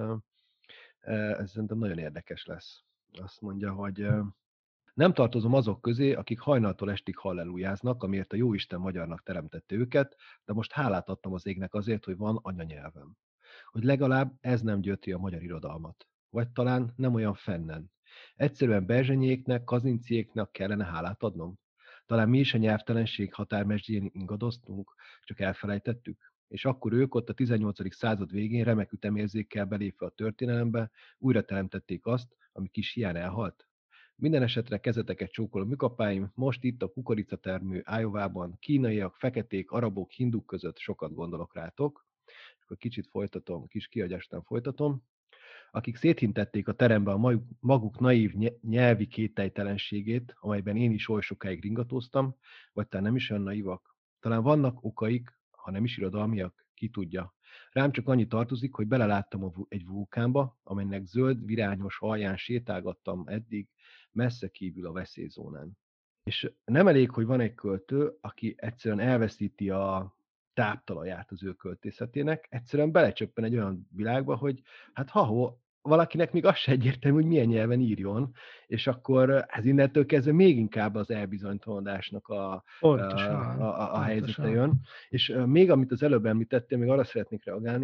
ez szerintem nagyon érdekes lesz. Azt mondja, hogy nem tartozom azok közé, akik hajnaltól estig hallelujáznak, amiért a Jóisten magyarnak teremtette őket, de most hálát adtam az égnek azért, hogy van anyanyelvem. Hogy legalább ez nem gyötri a magyar irodalmat. Vagy talán nem olyan fennen. Egyszerűen Berzsenyéknek, Kazinciéknak kellene hálát adnom? Talán mi is a nyelvtelenség határmesdjén ingadoztunk, csak elfelejtettük? És akkor ők ott a 18. század végén remek ütemérzékkel belépve a történelembe újra teremtették azt, ami kis hián elhalt? Minden esetre kezeteket csókolom műkapáim, most itt a kukoricatermő Iowában, kínaiak, feketék, arabok, hinduk között sokat gondolok rátok. És akkor kicsit folytatom, kis kiagyástán folytatom. Akik széthintették a terembe a maguk naív nyelvi kételytelenségét, amelyben én is oly sokáig ringatóztam, vagy talán nem is olyan naívak. Talán vannak okaik, ha nem is irodalmiak, ki tudja. Rám csak annyi tartozik, hogy beleláttam egy vulkánba, amelynek zöld, virányos alján sétálgattam eddig, messze kívül a veszélyzónán. És nem elég, hogy van egy költő, aki egyszerűen elveszíti a táptalaját az ő költészetének, egyszerűen belecsöppen egy olyan világba, hogy hát valakinek még az se egyértelmű, hogy milyen nyelven írjon, és akkor ez innentől kezdve még inkább az elbizonytalanodásnak Pontosan, a helyzete pontosan. jön. És még amit az előbb említettél, még arra szeretnék reagálni,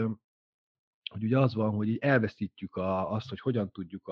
hogy ugye az van, hogy így elveszítjük azt, hogy hogyan tudjuk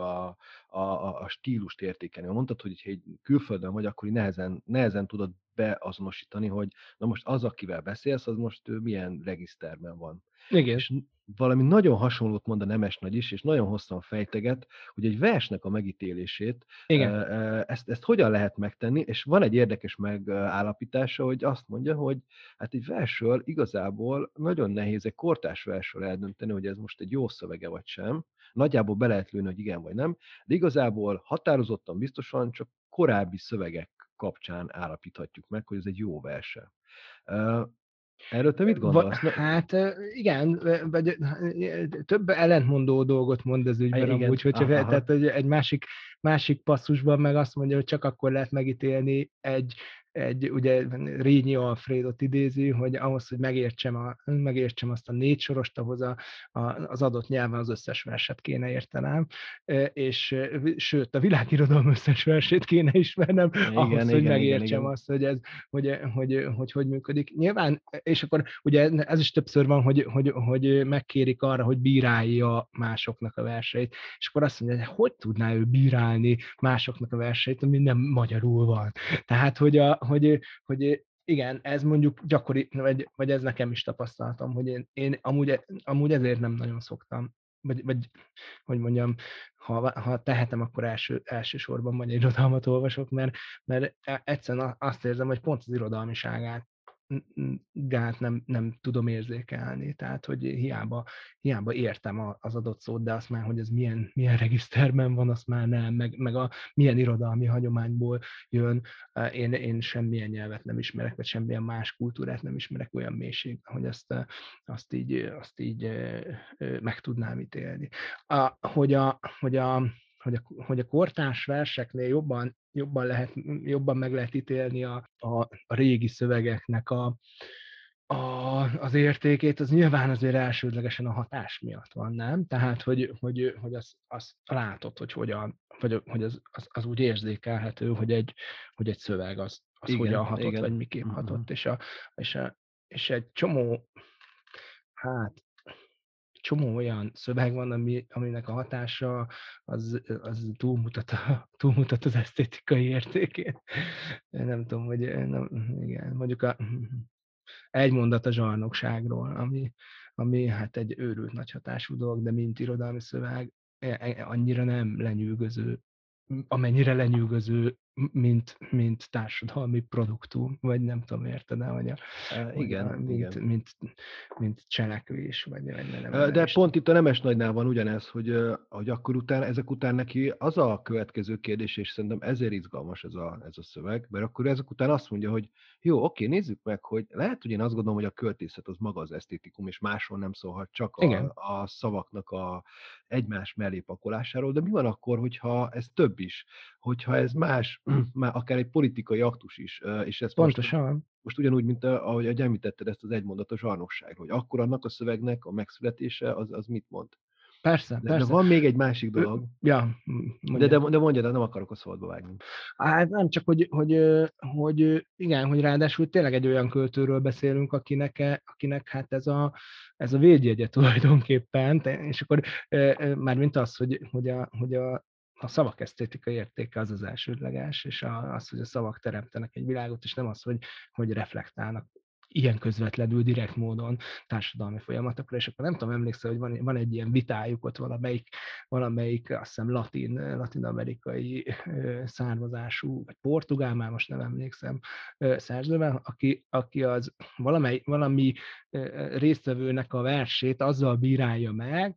a stílust értékelni. Ha mondtad, hogy egy külföldön vagy, akkor így nehezen tudod beazonosítani, hogy na most az, akivel beszélsz, az most milyen regiszterben van. Igen, És valami nagyon hasonlót mond a Nemes Nagy is, és nagyon hosszan fejteget, hogy egy versnek a megítélését, igen, ezt hogyan lehet megtenni, és van egy érdekes megállapítása, hogy azt mondja, hogy hát egy versről igazából nagyon nehéz egy kortárs versről eldönteni, hogy ez most egy jó szövege vagy sem. Nagyjából be lehet lőni, hogy igen vagy nem, de igazából határozottan biztosan csak korábbi szövegek kapcsán állapíthatjuk meg, hogy ez egy jó verse. Erről te mit gondolsz? Hát igen, vagy több ellentmondó dolgot mond az ügyben amúgy, Igen, hogyha tehát aha, hogy egy másik passzusban meg azt mondja, hogy csak akkor lehet megítélni ugye Rényi Alfrédot idézi, hogy ahhoz, hogy megértsem azt a 4 sorost, ahhoz az adott nyelven az összes verset kéne értenem, és sőt, a világirodalom összes versét kéne ismernem ahhoz, igen, hogy igen, igen, megértsem igen. azt, hogy működik. Nyilván, és akkor ugye ez is többször van, hogy megkérik arra, hogy bírálja másoknak a verseit, és akkor azt mondja, hogy tudná ő bírálni másoknak a verseit, ami nem magyarul van. Tehát, hogy igen, ez mondjuk gyakori, vagy ez nekem is tapasztalatom, hogy én amúgy ezért nem nagyon szoktam, vagy hogy mondjam, ha tehetem, akkor elsősorban magyar irodalmat olvasok, mert egyszerűen azt érzem, hogy pont az irodalmiságát nem tudom érzékelni. Tehát, hogy hiába értem az adott szót, de azt már, hogy ez milyen regiszterben van, azt már nem, meg milyen irodalmi hagyományból jön. Én semmilyen nyelvet nem ismerek, vagy semmilyen más kultúrát nem ismerek olyan mélységben, hogy azt így meg tudnám ítélni. Hogy a kortárs verseknél jobban meg lehet ítélni a régi szövegeknek az értékét, az nyilván azért elsődlegesen a hatás miatt van, nem? Tehát, hogy azt látod, hogy hogyan, vagy hogy az úgy érzékelhető, hogy egy szöveg az hogyan Igen, hatott, vagy igen. miképp Mhm. hatott, és, és egy hát csomó olyan szöveg van, aminek a hatása az túlmutat az esztétikai értékén. Nem tudom, hogy nem, igen, mondjuk egy mondat a zsarnokságról, ami hát egy őrült nagy hatású dolog, de mint irodalmi szöveg annyira nem lenyűgöző, amennyire lenyűgöző, mint társadalmi produktum, vagy nem tudom, érted -e, Igen, igen. mint cselekvés, vagy nem De is pont tudom. itt a Nemes Nagynál van ugyanez, hogy akkor ezek után neki az a következő kérdés, és szerintem ezért izgalmas ez a szöveg, mert akkor ezek után azt mondja, hogy jó, oké, nézzük meg, hogy lehet, hogy én azt gondolom, hogy a költészet az maga az esztétikum, és máshol nem szólhat, csak Igen, a szavaknak egymás mellé pakolásáról, de mi van akkor, hogyha ez több is, hogyha ez más, már akár egy politikai aktus is, és ezt most ugyanúgy, mint ahogy említetted ezt az egymondatos zsarnokság, hogy akkor annak a szövegnek a megszületése az mit mond. persze, De persze. van még egy másik dolog, Ja, de mondja. mondjad, nem akarok a szabadba vágni. Hát nem csak, hogy igen, hogy ráadásul tényleg egy olyan költőről beszélünk, akinek hát ez a védjegye tulajdonképpen, és akkor mármint az, hogy a szavak esztétikai értéke az elsődleges, és az, hogy a szavak teremtenek egy világot, és nem az, hogy reflektálnak ilyen közvetlenül, direkt módon társadalmi folyamatokra, és akkor nem tudom, emlékszel, hogy van egy ilyen vitájuk ott valamelyik azt hiszem latin-amerikai származású, vagy portugál, már most nem emlékszem, szerzővel, aki az valami résztvevőnek a versét azzal bírálja meg,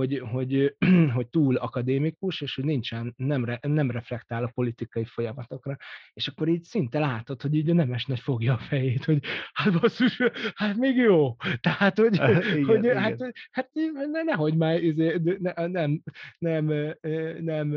hogy túl akadémikus, és hogy nem reflektál a politikai folyamatokra. És akkor így szinte látod, hogy így a Nemesnek fogja a fejét, hogy hát basszus, hát még jó. Tehát, hogy Igen, igen. hát nehogy már nem, nem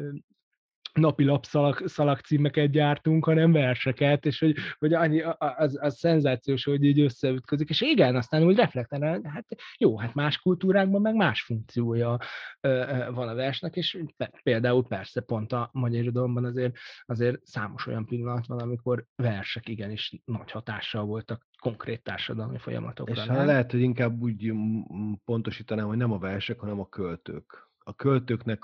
napilap szalagcímeket gyártunk, hanem verseket, és hogy az szenzációs, hogy így összeütközik, és igen, aztán úgy reflektál, hát jó, hát más kultúrákban meg más funkciója van a versnek, és például persze pont a magyar irodalomban azért számos olyan pillanat van, amikor versek igenis nagy hatással voltak konkrét társadalmi folyamatokra, És ha nem? lehet, hogy inkább úgy pontosítanám, hogy nem a versek, hanem a költők. A költőknek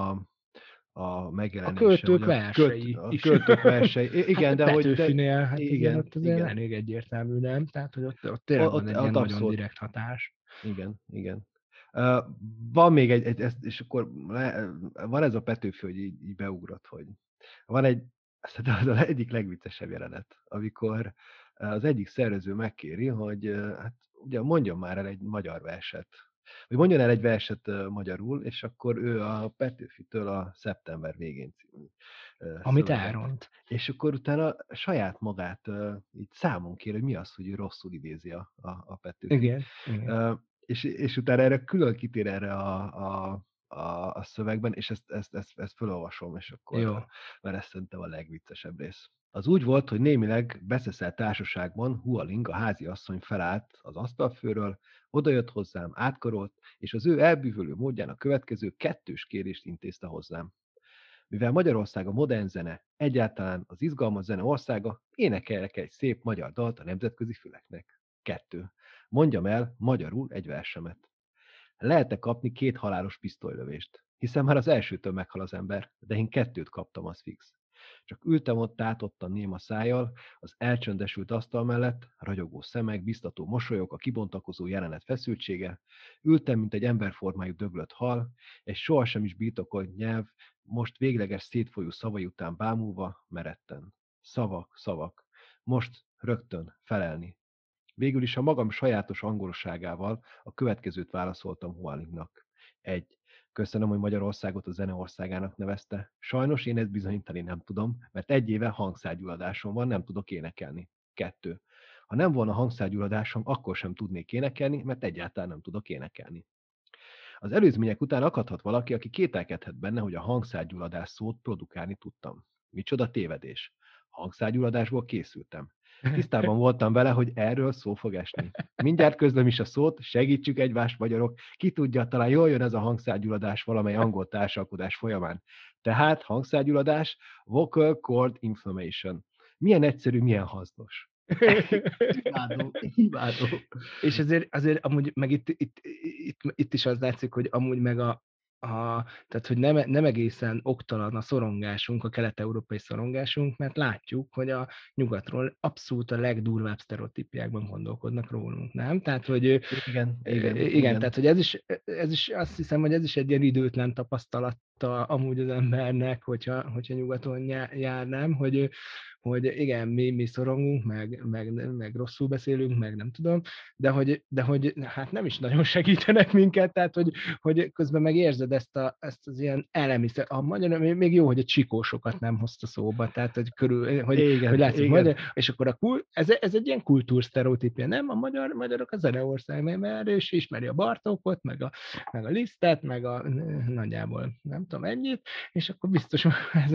a A megjelenése, vagy költők versei a is. költők versei. Hát Igen, Petőfinél, hát azért igen, ott azért igen. elég egyértelmű, nem? Tehát, hogy ott tényleg van egy ilyen Ott nagyon abszolút. direkt hatás. Igen, igen. Ö, Van még és akkor van ez a Petőfi, hogy így beugrott, hogy van szerintem az egyik legviccesebb jelenet, amikor az egyik szerző megkéri, hogy hát ugye mondjon már el egy magyar verset. Hogy mondjon el egy verset magyarul, és akkor ő a Petőfitől a Szeptember végén című Amit szöveget. elront. És akkor utána saját magát így számon kér, hogy mi az, hogy ő rosszul idézi a Petőfit. Igen, igen. És utána erre külön kitér erre a szövegben, és ezt felolvasom, és Jó. akkor, mert ez szerintem a legviccesebb rész. Az úgy volt, hogy némileg beszeszelt társaságban Hualing, a háziasszony felállt az asztalfőről, odajött hozzám, átkarolt, és az ő elbűvölő módján a következő kettős kérést intézte hozzám. Mivel Magyarország a modern zene, egyáltalán az izgalmas zene országa, énekeljek egy szép magyar dalt a nemzetközi füleknek. 2. Mondjam el magyarul egy versemet. Lehet-e kapni 2 halálos pisztolylövést? Hiszen már az elsőtől meghal az ember, de én 2 kaptam, az fix. Csak ültem ott tátottan néma szájjal, az elcsöndesült asztal mellett, ragyogó szemek, biztató mosolyok, a kibontakozó jelenet feszültsége. Ültem, mint egy emberformájú döglött hal, egy sohasem is birtokolt nyelv, most végleges szétfolyó szavai után bámulva, meredten. Szavak, szavak. Most rögtön felelni. Végül is a magam sajátos angolosságával a következőt válaszoltam Hualingnak. 1. Köszönöm, hogy Magyarországot a zene országának nevezte. Sajnos én ezt bizonyítani nem tudom, mert 1 éve hangszárgyulladásom van, nem tudok énekelni. 2. Ha nem volna hangszárgyulladásom, akkor sem tudnék énekelni, mert egyáltalán nem tudok énekelni. Az előzmények után akadhat valaki, aki kételkedhet benne, hogy a hangszárgyulladás szót produkálni tudtam. Micsoda tévedés. Hangszárgyulladásból készültem. Tisztában voltam vele, hogy erről szó fog esni. Mindjárt közlöm is a szót, segítsük egymást, magyarok, ki tudja, talán jól jön ez a hangszárgyulladás valamely angol társalkodás folyamán. Tehát hangszárgyulladás, vocal cord inflammation. Milyen egyszerű, milyen hasznos. Imádom. És azért amúgy meg itt is az látszik, hogy amúgy meg tehát, hogy nem egészen oktalan a szorongásunk, a kelet-európai szorongásunk, mert látjuk, hogy a nyugatról abszolút a legdurvább sztereotípiákban gondolkodnak rólunk, nem? Tehát, hogy Igen. tehát, hogy ez is azt hiszem, hogy ez is egy ilyen időtlen tapasztalata amúgy az embernek, hogyha nyugaton jár, nem? Hogy igen, mi szorongunk, meg rosszul beszélünk, meg nem tudom, de hogy hát nem is nagyon segítenek minket, tehát hogy közben megérzed ezt az ilyen elemi, a magyar, még jó, hogy a csikósokat nem hozta szóba, tehát hogy látszik magyar, és akkor ez egy ilyen kultúrsztereotípia, nem? A magyarok a zeneország, mert ő is ismeri a Bartókot, meg a Lisztet, meg nagyjából nem tudom ennyit, és akkor biztos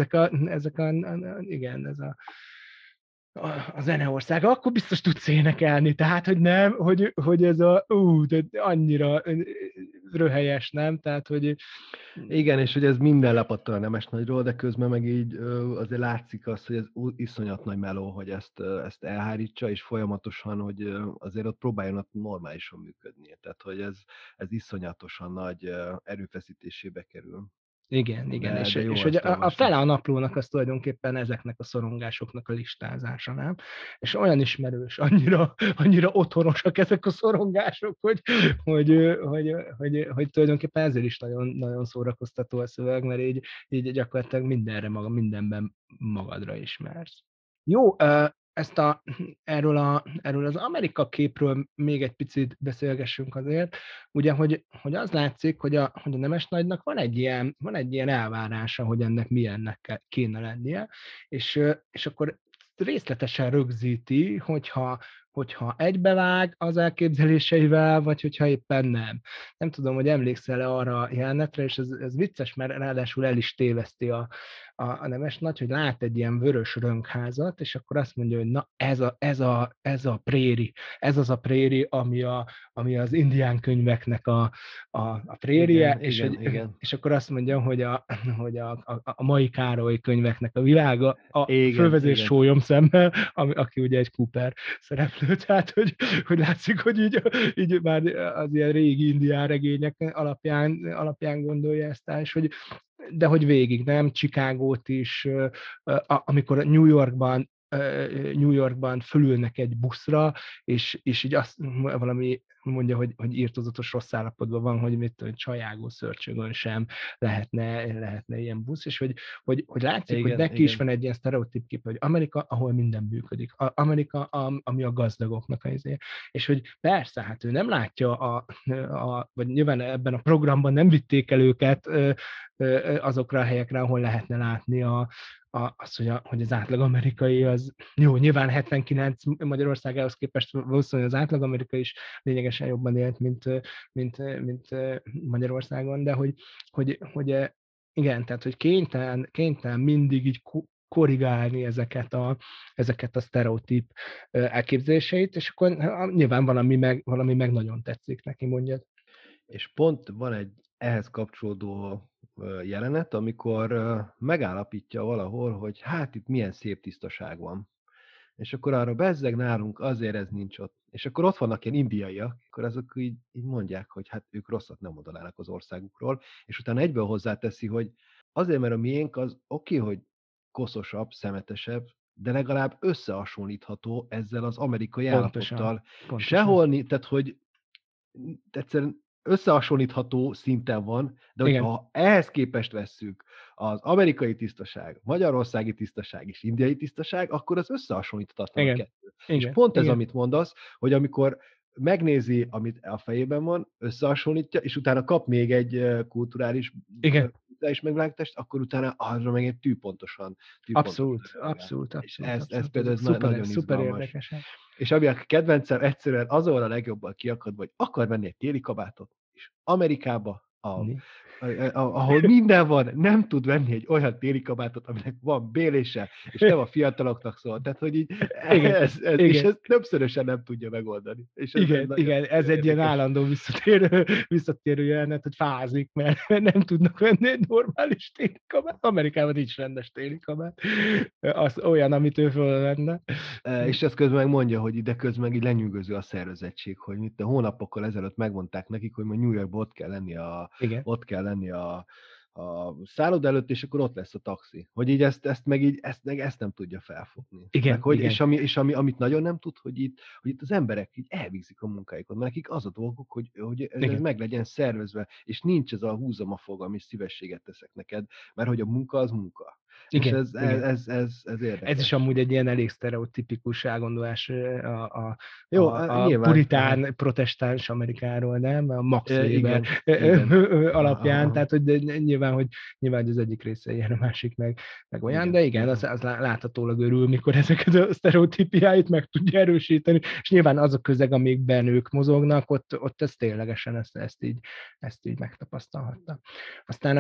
igen, ez a zeneország, akkor biztos tudsz énekelni, tehát, hogy nem, hogy ez de annyira röhelyes, nem? Tehát, hogy... Igen, és hogy ez minden lepattan a Nemes Nagyról, de közben meg így azért látszik az, hogy ez iszonyat nagy meló, hogy ezt elhárítsa, és folyamatosan, hogy azért ott próbáljon ott normálisan működnie. Tehát, hogy ez iszonyatosan nagy erőfeszítésébe kerül. Igen, és hogy a fele a naplónak az tulajdonképpen ezeknek a szorongásoknak a listázása, nem? És olyan ismerős, annyira otthonosak ezek a szorongások, hogy tulajdonképpen ezért is nagyon, nagyon szórakoztató a szöveg, mert így gyakorlatilag mindenben magadra ismersz. Jó, erről az Amerika képről még egy picit beszélgessünk azért, ugye, hogy az látszik, hogy a Nemes Nagynak van egy ilyen elvárása, hogy ennek milyennek kéne lennie, és akkor részletesen rögzíti, hogyha egybevág az elképzeléseivel, vagy hogyha éppen nem. Nem tudom, hogy emlékszel-e arra a jelenetre, és ez vicces, mert ráadásul el is téveszti a Nemes Nagy, hogy lát egy ilyen vörös rönkházat, és akkor azt mondja, hogy na ez a préri, ez az a préri, ami az indián könyveknek a prérie, és akkor azt mondja, hogy a mai Károly könyveknek a világa, a fővezér sólyom szemmel, aki ugye egy Cooper szereplő, tehát hogy látszik, hogy így már az ilyen régi indián regények alapján gondolja ezt el, és de hogy végig, nem? Chicagót is, amikor New Yorkban fölülnek egy buszra, és így valami mondja, hogy írtózatos rossz állapotban van, hogy mit tudom, csajágó szörcsögön sem lehetne ilyen busz, és hogy látszik, hogy Igen, neki is igen. van egy ilyen sztereotíp kép, hogy Amerika, ahol minden működik. Amerika, ami a gazdagoknak az izé. És hogy persze, hát ő nem látja, vagy nyilván ebben a programban nem vitték el őket azokra a helyekre, ahol lehetne látni az, hogy az átlag amerikai az, jó, nyilván 79 Magyarországához képest valószínűleg az átlag amerikai is lényegesen jobban élt, mint Magyarországon, de hogy igen, tehát hogy kénytelen mindig így korrigálni ezeket a sztereotíp elképzeléseit, és akkor nyilván valami meg nagyon tetszik neki, mondjad. És pont van egy ehhez kapcsolódó jelenet, amikor megállapítja valahol, hogy hát itt milyen szép tisztaság van. És akkor arra bezzeg nálunk, azért ez nincs ott. És akkor ott vannak ilyen indiaiak, akkor azok így mondják, hogy hát ők rosszat nem mondanának az országukról, és utána egyből hozzáteszi, hogy azért, mert a miénk az oké, hogy koszosabb, szemetesebb, de legalább összehasonlítható ezzel az amerikai állapottal. Pontosan. Sehol, tehát hogy egyszerűen összehasonlítható szinten van, de hogyha ehhez képest vesszük az amerikai tisztaság, magyarországi tisztaság és indiai tisztaság, akkor az összehasonlíthatatlan a kettő. És pont ez, amit mondasz, hogy amikor megnézi, amit a fejében van, összehasonlítja, és utána kap még egy kulturális megvilágítást, akkor utána arra meg egy tűpontosan. Abszolút. És ez például nagyon szuper izgalmas. Érdekes. És ami a kedvencem, egyszerűen azon a legjobban kiakadva, hogy akar venni egy téli kabátot, és Amerikába, ahol minden van, nem tud venni egy olyan téli kabátot, aminek van bélése, és nem a fiataloknak szól. Tehát, hogy így és ezt többszörösen nem tudja megoldani. És ez egy ilyen állandó visszatérő jelenet, hogy fázik, mert nem tudnak venni egy normális téli kabát. Amerikában nincs rendes téli kabát. Az olyan, amit ő fölvenne. És ezt közben meg mondja, hogy ide közben így lenyűgöző a szervezettség, hogy itt a hónapokkal ezelőtt megmondták nekik, hogy majd New Yorkban ott kell lenni a szálloda előtt, és akkor ott lesz a taxi. Hogy így ezt nem tudja felfogni. Igen. És amit nagyon nem tud, hogy itt az emberek így elvégzik a munkáikat, mert nekik az a dolguk, hogy ez meg legyen szervezve, és nincs ez a húzom a fogam, és szívességet teszek neked, mert hogy a munka az munka. Igen, és ez érdekes. Ez is amúgy egy ilyen elég sztereotipikus elgondolás a puritán, protestáns Amerikáról, nem? A Max Weber alapján, tehát hogy nyilván, hogy az egyik része ilyen, a másik meg olyan, de igen, az láthatólag örül, mikor ezeket a sztereotípiáit meg tudja erősíteni, és nyilván az a közeg, amikben ők mozognak, ott ez ténylegesen ezt így megtapasztalhatta. Aztán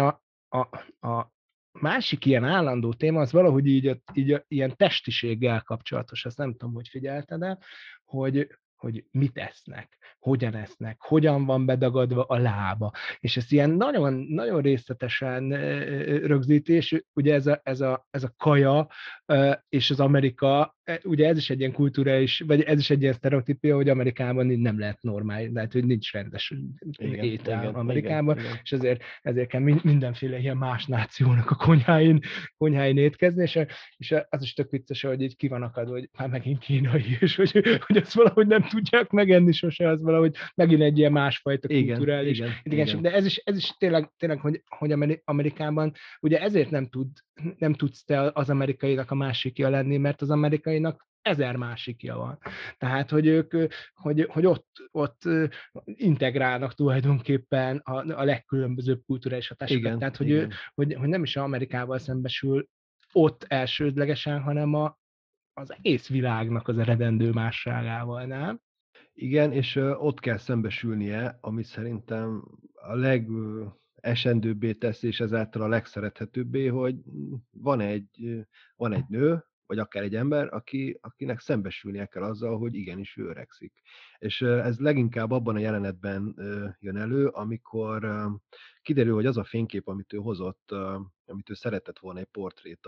a másik ilyen állandó téma, az valahogy így ilyen testiséggel kapcsolatos, ezt nem tudom, hogy figyelted el, hogy mit esznek, hogyan van bedagadva a lába. És ez ilyen nagyon, nagyon részletesen rögzíti, és ugye ez a kaja és az Amerika, ugye ez is egy ilyen kulturális, vagy ez is egy ilyen sztereotípia, hogy Amerikában nem lehet normális, tehát hogy nincs rendes étel Amerikában, és ezért kell mindenféle ilyen más nációnak a konyháin étkezni, és az is tök vicces, hogy így ki van akadva, hogy már megint kínai, és hogy azt valahogy nem tudják megenni sose, az valahogy megint egy ilyen másfajta kulturális. Igen. De ez is tényleg hogy Amerikában, ugye ezért nem tudsz te az amerikainak a másikja lenni, mert az amerikainak 1000 másikja van. Tehát, hogy ők, hogy ott integrálnak tulajdonképpen a legkülönbözőbb kulturális hatásokat. Tehát, hogy nem is Amerikával szembesül ott elsődlegesen, hanem az egész világnak az eredendő másságával, nem? Igen, és ott kell szembesülnie, ami szerintem a legesendőbbé teszi, és ezáltal a legszerethetőbbé, hogy van egy nő, vagy akár egy ember, akinek szembesülnie kell azzal, hogy igenis ő öregszik. És ez leginkább abban a jelenetben jön elő, amikor kiderül, hogy az a fénykép, amit ő hozott, amit ő szeretett volna egy portrét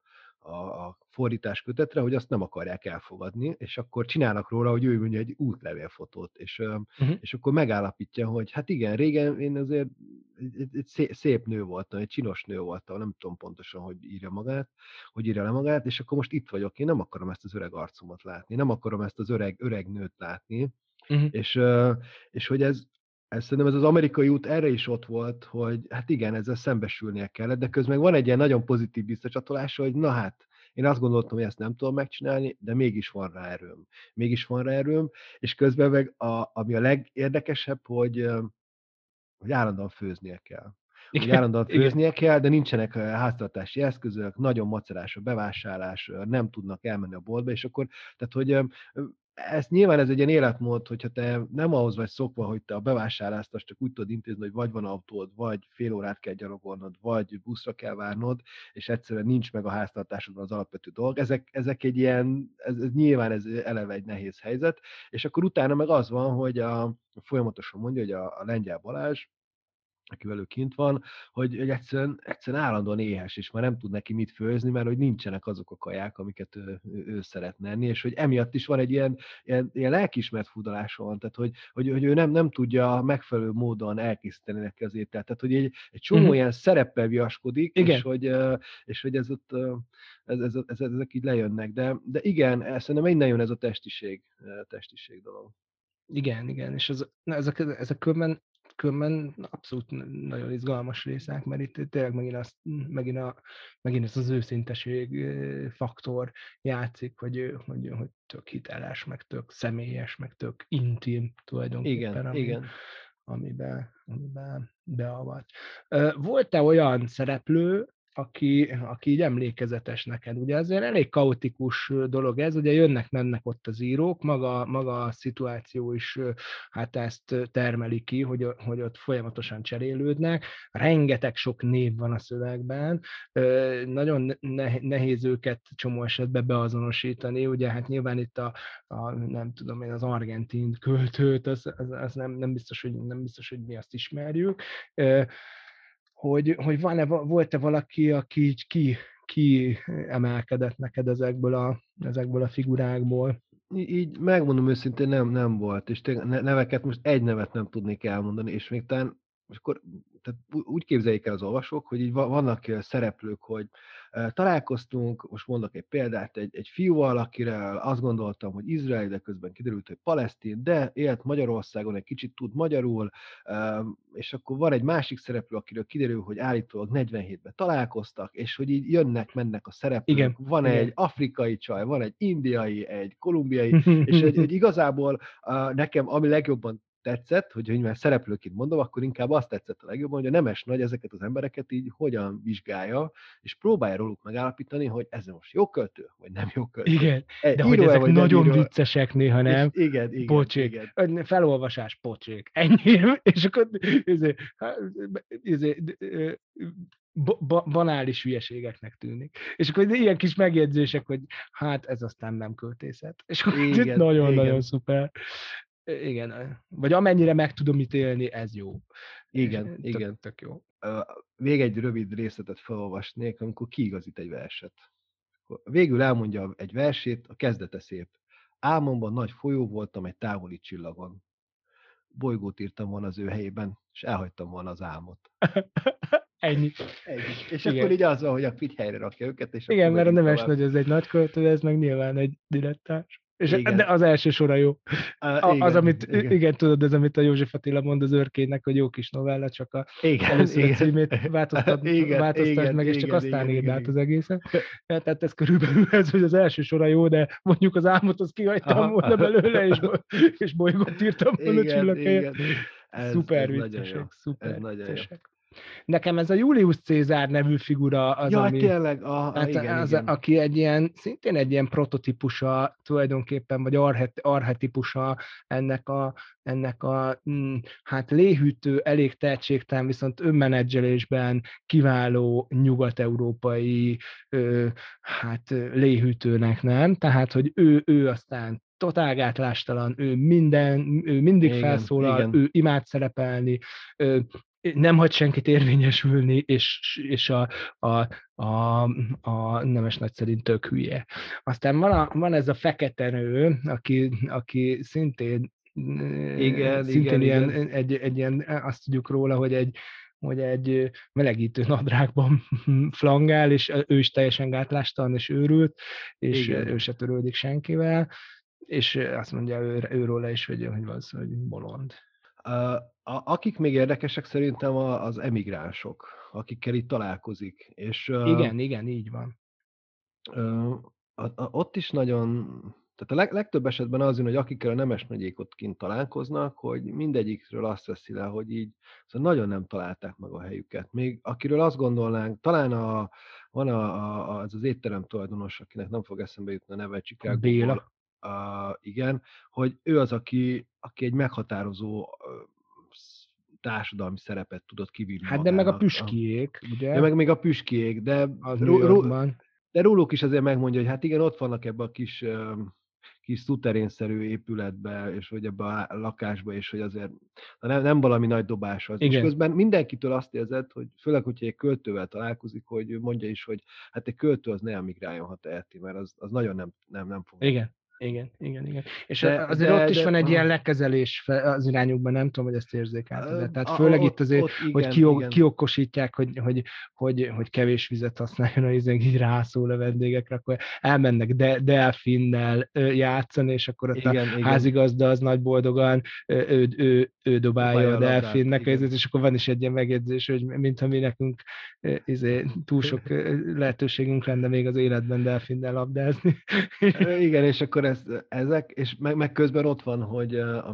a fordítás kötetre, hogy azt nem akarják elfogadni, és akkor csinálnak róla, hogy ő mondja egy útlevélfotót, és akkor megállapítja, hogy hát igen, régen én azért egy szép nő voltam, egy csinos nő voltam, nem tudom pontosan, hogy írja le magát, és akkor most itt vagyok, én nem akarom ezt az öreg arcomat látni, nem akarom ezt az öreg nőt látni, Uh-huh. És hogy ez szerintem ez az amerikai út erre is ott volt, hogy hát igen, ezzel szembesülnie kellett, de közben meg van egy ilyen nagyon pozitív visszacsatolása, hogy na hát, én azt gondoltam, hogy ezt nem tudom megcsinálni, de mégis van rá erőm. Mégis van rá erőm, és közben meg ami a legérdekesebb, hogy állandóan főznie kell. Hogy Igen, állandóan igen, főznie kell, de nincsenek háztartási eszközök, nagyon macerás a bevásárlás, nem tudnak elmenni a boltba, és akkor, tehát hogy nyilván ez egy ilyen életmód, hogyha te nem ahhoz vagy szokva, hogy te a bevásárlást azt csak úgy tudod intézni, hogy vagy van autód, vagy fél órát kell gyalogolnod, vagy buszra kell várnod, és egyszerűen nincs meg a háztartásodban az alapvető dolg. Ezek egy ilyen, ez nyilván ez eleve egy nehéz helyzet, és akkor utána meg az van, hogy folyamatosan mondja, hogy a Lengyel Balázs, akivel ő kint van, hogy egyszerűen állandóan éhes, és már nem tud neki mit főzni, mert hogy nincsenek azok a kaják, amiket ő szeretne enni, és hogy emiatt is van egy ilyen lelkiismert furdalása van, tehát hogy ő nem tudja megfelelő módon elkészíteni neki az ételt. Tehát, hogy egy csomó uh-huh. ilyen szereppel viaskodik, Igen, és hogy ez ott, ezek így lejönnek. De igen, szerintem innen jön ez a testiség dolog. igen, és ezek különben abszolút nagyon izgalmas részek, mert itt tényleg megint ez az őszinteség faktor játszik, hogy tök hiteles, meg tök személyes, meg tök intim tulajdonképpen, Igen. amiben beavat. Volt-e olyan szereplő, aki így emlékezetes neked? Ugye azért elég kaotikus dolog ez, ugye jönnek-mennek ott az írók, maga a szituáció is hát ezt termeli ki, hogy ott folyamatosan cserélődnek, rengeteg sok név van a szövegben, nagyon nehéz őket csomó esetben beazonosítani, ugye hát nyilván itt nem tudom én, az argentin költőt, az nem biztos, hogy mi azt ismerjük, hogy volt-e valaki, aki így ki emelkedett neked ezekből a figurákból? Így megmondom őszintén, nem volt, és tényleg neveket most egy nevet nem tudnék elmondani, és még talán, és akkor tehát úgy képzeljék el az olvasók, hogy így vannak szereplők, hogy találkoztunk, most mondok egy példát, egy fiúval, akire azt gondoltam, hogy izraeli, de közben kiderült, hogy palesztin, de élt Magyarországon, egy kicsit tud magyarul, és akkor van egy másik szereplő, akiről kiderül, hogy állítólag 47-ben találkoztak, és hogy így jönnek-mennek a szereplők, Igen, van igen. egy afrikai csaj, van egy indiai, egy kolumbiai, és hogy igazából nekem ami legjobban tetszett, hogy már szereplőként mondom, akkor inkább azt tetszett a legjobban, hogy a Nemes Nagy ezeket az embereket így hogyan vizsgálja, és próbálja róluk megállapítani, hogy ez most jó költő, vagy nem jó költő. Igen, de hogy Író-e, ezek vagy nem nagyon író? viccesek néha, És nem? Pocsék. Felolvasás, pocsék. Ennyi. És akkor banális hülyeségeknek tűnik. És akkor ilyen kis megjegyzések, hogy hát ez aztán nem költészet. És akkor nagyon-nagyon szuper. Igen. Vagy amennyire meg tudom ítélni, ez jó. Igen. Tök jó. Még egy rövid részletet felolvasnék, amikor kiigazít egy verset. Végül elmondja egy versét, a kezdete szép. Álmomban nagy folyó voltam egy távoli csillagon. Bolygót írtam volna az ő helyében, és elhagytam volna az álmot. Ennyi. És igen. Akkor így az van, hogy a így helyre rakja őket, és igen, akkor mert a Nemes tovább. Nagy ez egy nagy költő, ez meg nyilván egy dilettáns. De az első sora jó. Igen, amit, igen, tudod, ez amit a József Attila mond az Őrkének, hogy jó kis novella, csak először a címét változtasd meg, és csak aztán írd át az egészet. Tehát ez körülbelül ez, hogy az első sora jó, de mondjuk az álmot azt kihagytam volna belőle, és bolygót írtam volna csillaghelyet. Szuper viccesek, szuper viccesek. Nekem ez a Julius Cézár nevű figura az, ami... tényleg, igen. Aki szintén egy ilyen prototípusa tulajdonképpen, vagy archetipusa ennek a hát léhűtő, elég tehetségtelen, viszont önmenedzselésben kiváló nyugat-európai hát léhűtőnek, nem? Tehát, hogy ő aztán totál gátlástalan, ő mindig felszólal, ő imád szerepelni, nem hagy senkit érvényesülni, és a Nemes Nagy szerint tök hülye. Aztán van ez a fekete nő, aki szintén ilyen, egy ilyen, azt tudjuk róla, hogy egy melegítő nadrágban flangál, és ő is teljesen gátlástalan és őrült, és ő se törődik senkivel. és azt mondja őróla is, hogy valószínűleg bolond. Akik még érdekesek szerintem az emigránsok, akikkel itt találkozik, és Igen, így van. ott is nagyon, tehát a legtöbb esetben az jön, hogy akikkel a nemes megyék ott kint találkoznak, hogy mindegyikről azt veszi le, hogy így szóval nagyon nem találták meg a helyüket. Még akiről azt gondolnánk, talán van az étterem tulajdonos, akinek nem fog eszembe jutni a neve, Béla. Chicagóból, igen, hogy ő az, aki egy meghatározó társadalmi szerepet tudott kivinni Hát de meg a magának. püskiék, Ja, ugye? meg még a püskék, Az New Yorkban. de róluk is azért megmondja, hogy hát igen, ott vannak ebbe a kis szuterénszerű épületbe, és hogy ebbe a lakásba, és hogy azért nem valami nagy dobás az. És Igen, közben mindenkitől azt érzed, hogy főleg, hogyha egy költővel találkozik, hogy ő mondja is, hogy hát egy költő az ne emigráljon, ha teheti, mert az nagyon nem fog neki. igen. És De, azért ott is de van egy ilyen lekezelés az irányukban, nem tudom, hogy ezt érzékelted. Tehát főleg itt azért, ott hogy igen. kiokosítják, hogy kevés vizet használjon a így rászól a vendégekre, akkor elmennek delfinnel játszani, és akkor ott a Igen. házigazda az nagy boldogan ő dobálja a labdát, delfinnek, igen. és akkor van is egy ilyen megjegyzés, hogy mintha mi nekünk túl sok lehetőségünk lenne még az életben delfinnel labdázni. Igen, és akkor ezek, és meg közben ott van, hogy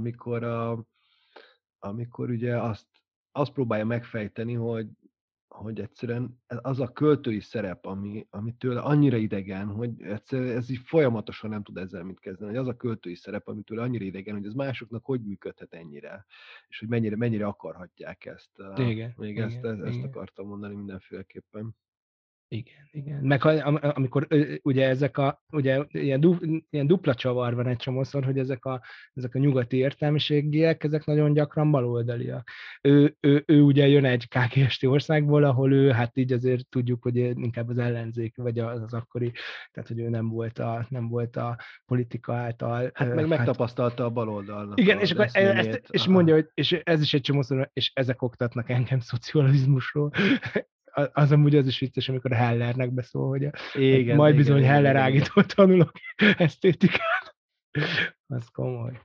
amikor ugye azt próbálja megfejteni, hogy egyszerűen az a költői szerep, ami tőle annyira idegen, hogy egyszerűen ez így folyamatosan nem tud ezzel mit kezdeni, hogy az a költői szerep, ami tőle annyira idegen, hogy ez másoknak hogy működhet ennyire, és hogy mennyire akarhatják ezt. Még ezt akartam mondani mindenféleképpen. Igen. Meg amikor ugye ugye ilyen dupla csavar van egy csomószor, hogy ezek a nyugati értelmiségiek, ezek nagyon gyakran baloldaliak. Ő ugye jön egy KKST országból, ahol ő, hát így azért tudjuk, hogy inkább az ellenzék, vagy az akkori, tehát hogy ő nem volt a politika által. Hát meg megtapasztalta a baloldalnak igen, az és akkor eszményét. és mondja, hogy és ez is egy csomószor, és ezek oktatnak engem szocializmusról. Az amúgy az is vicces, amikor a Hellernek beszól, hogy igen, majd bizony Heller igen. ágítól tanulok esztétikát. Az komoly.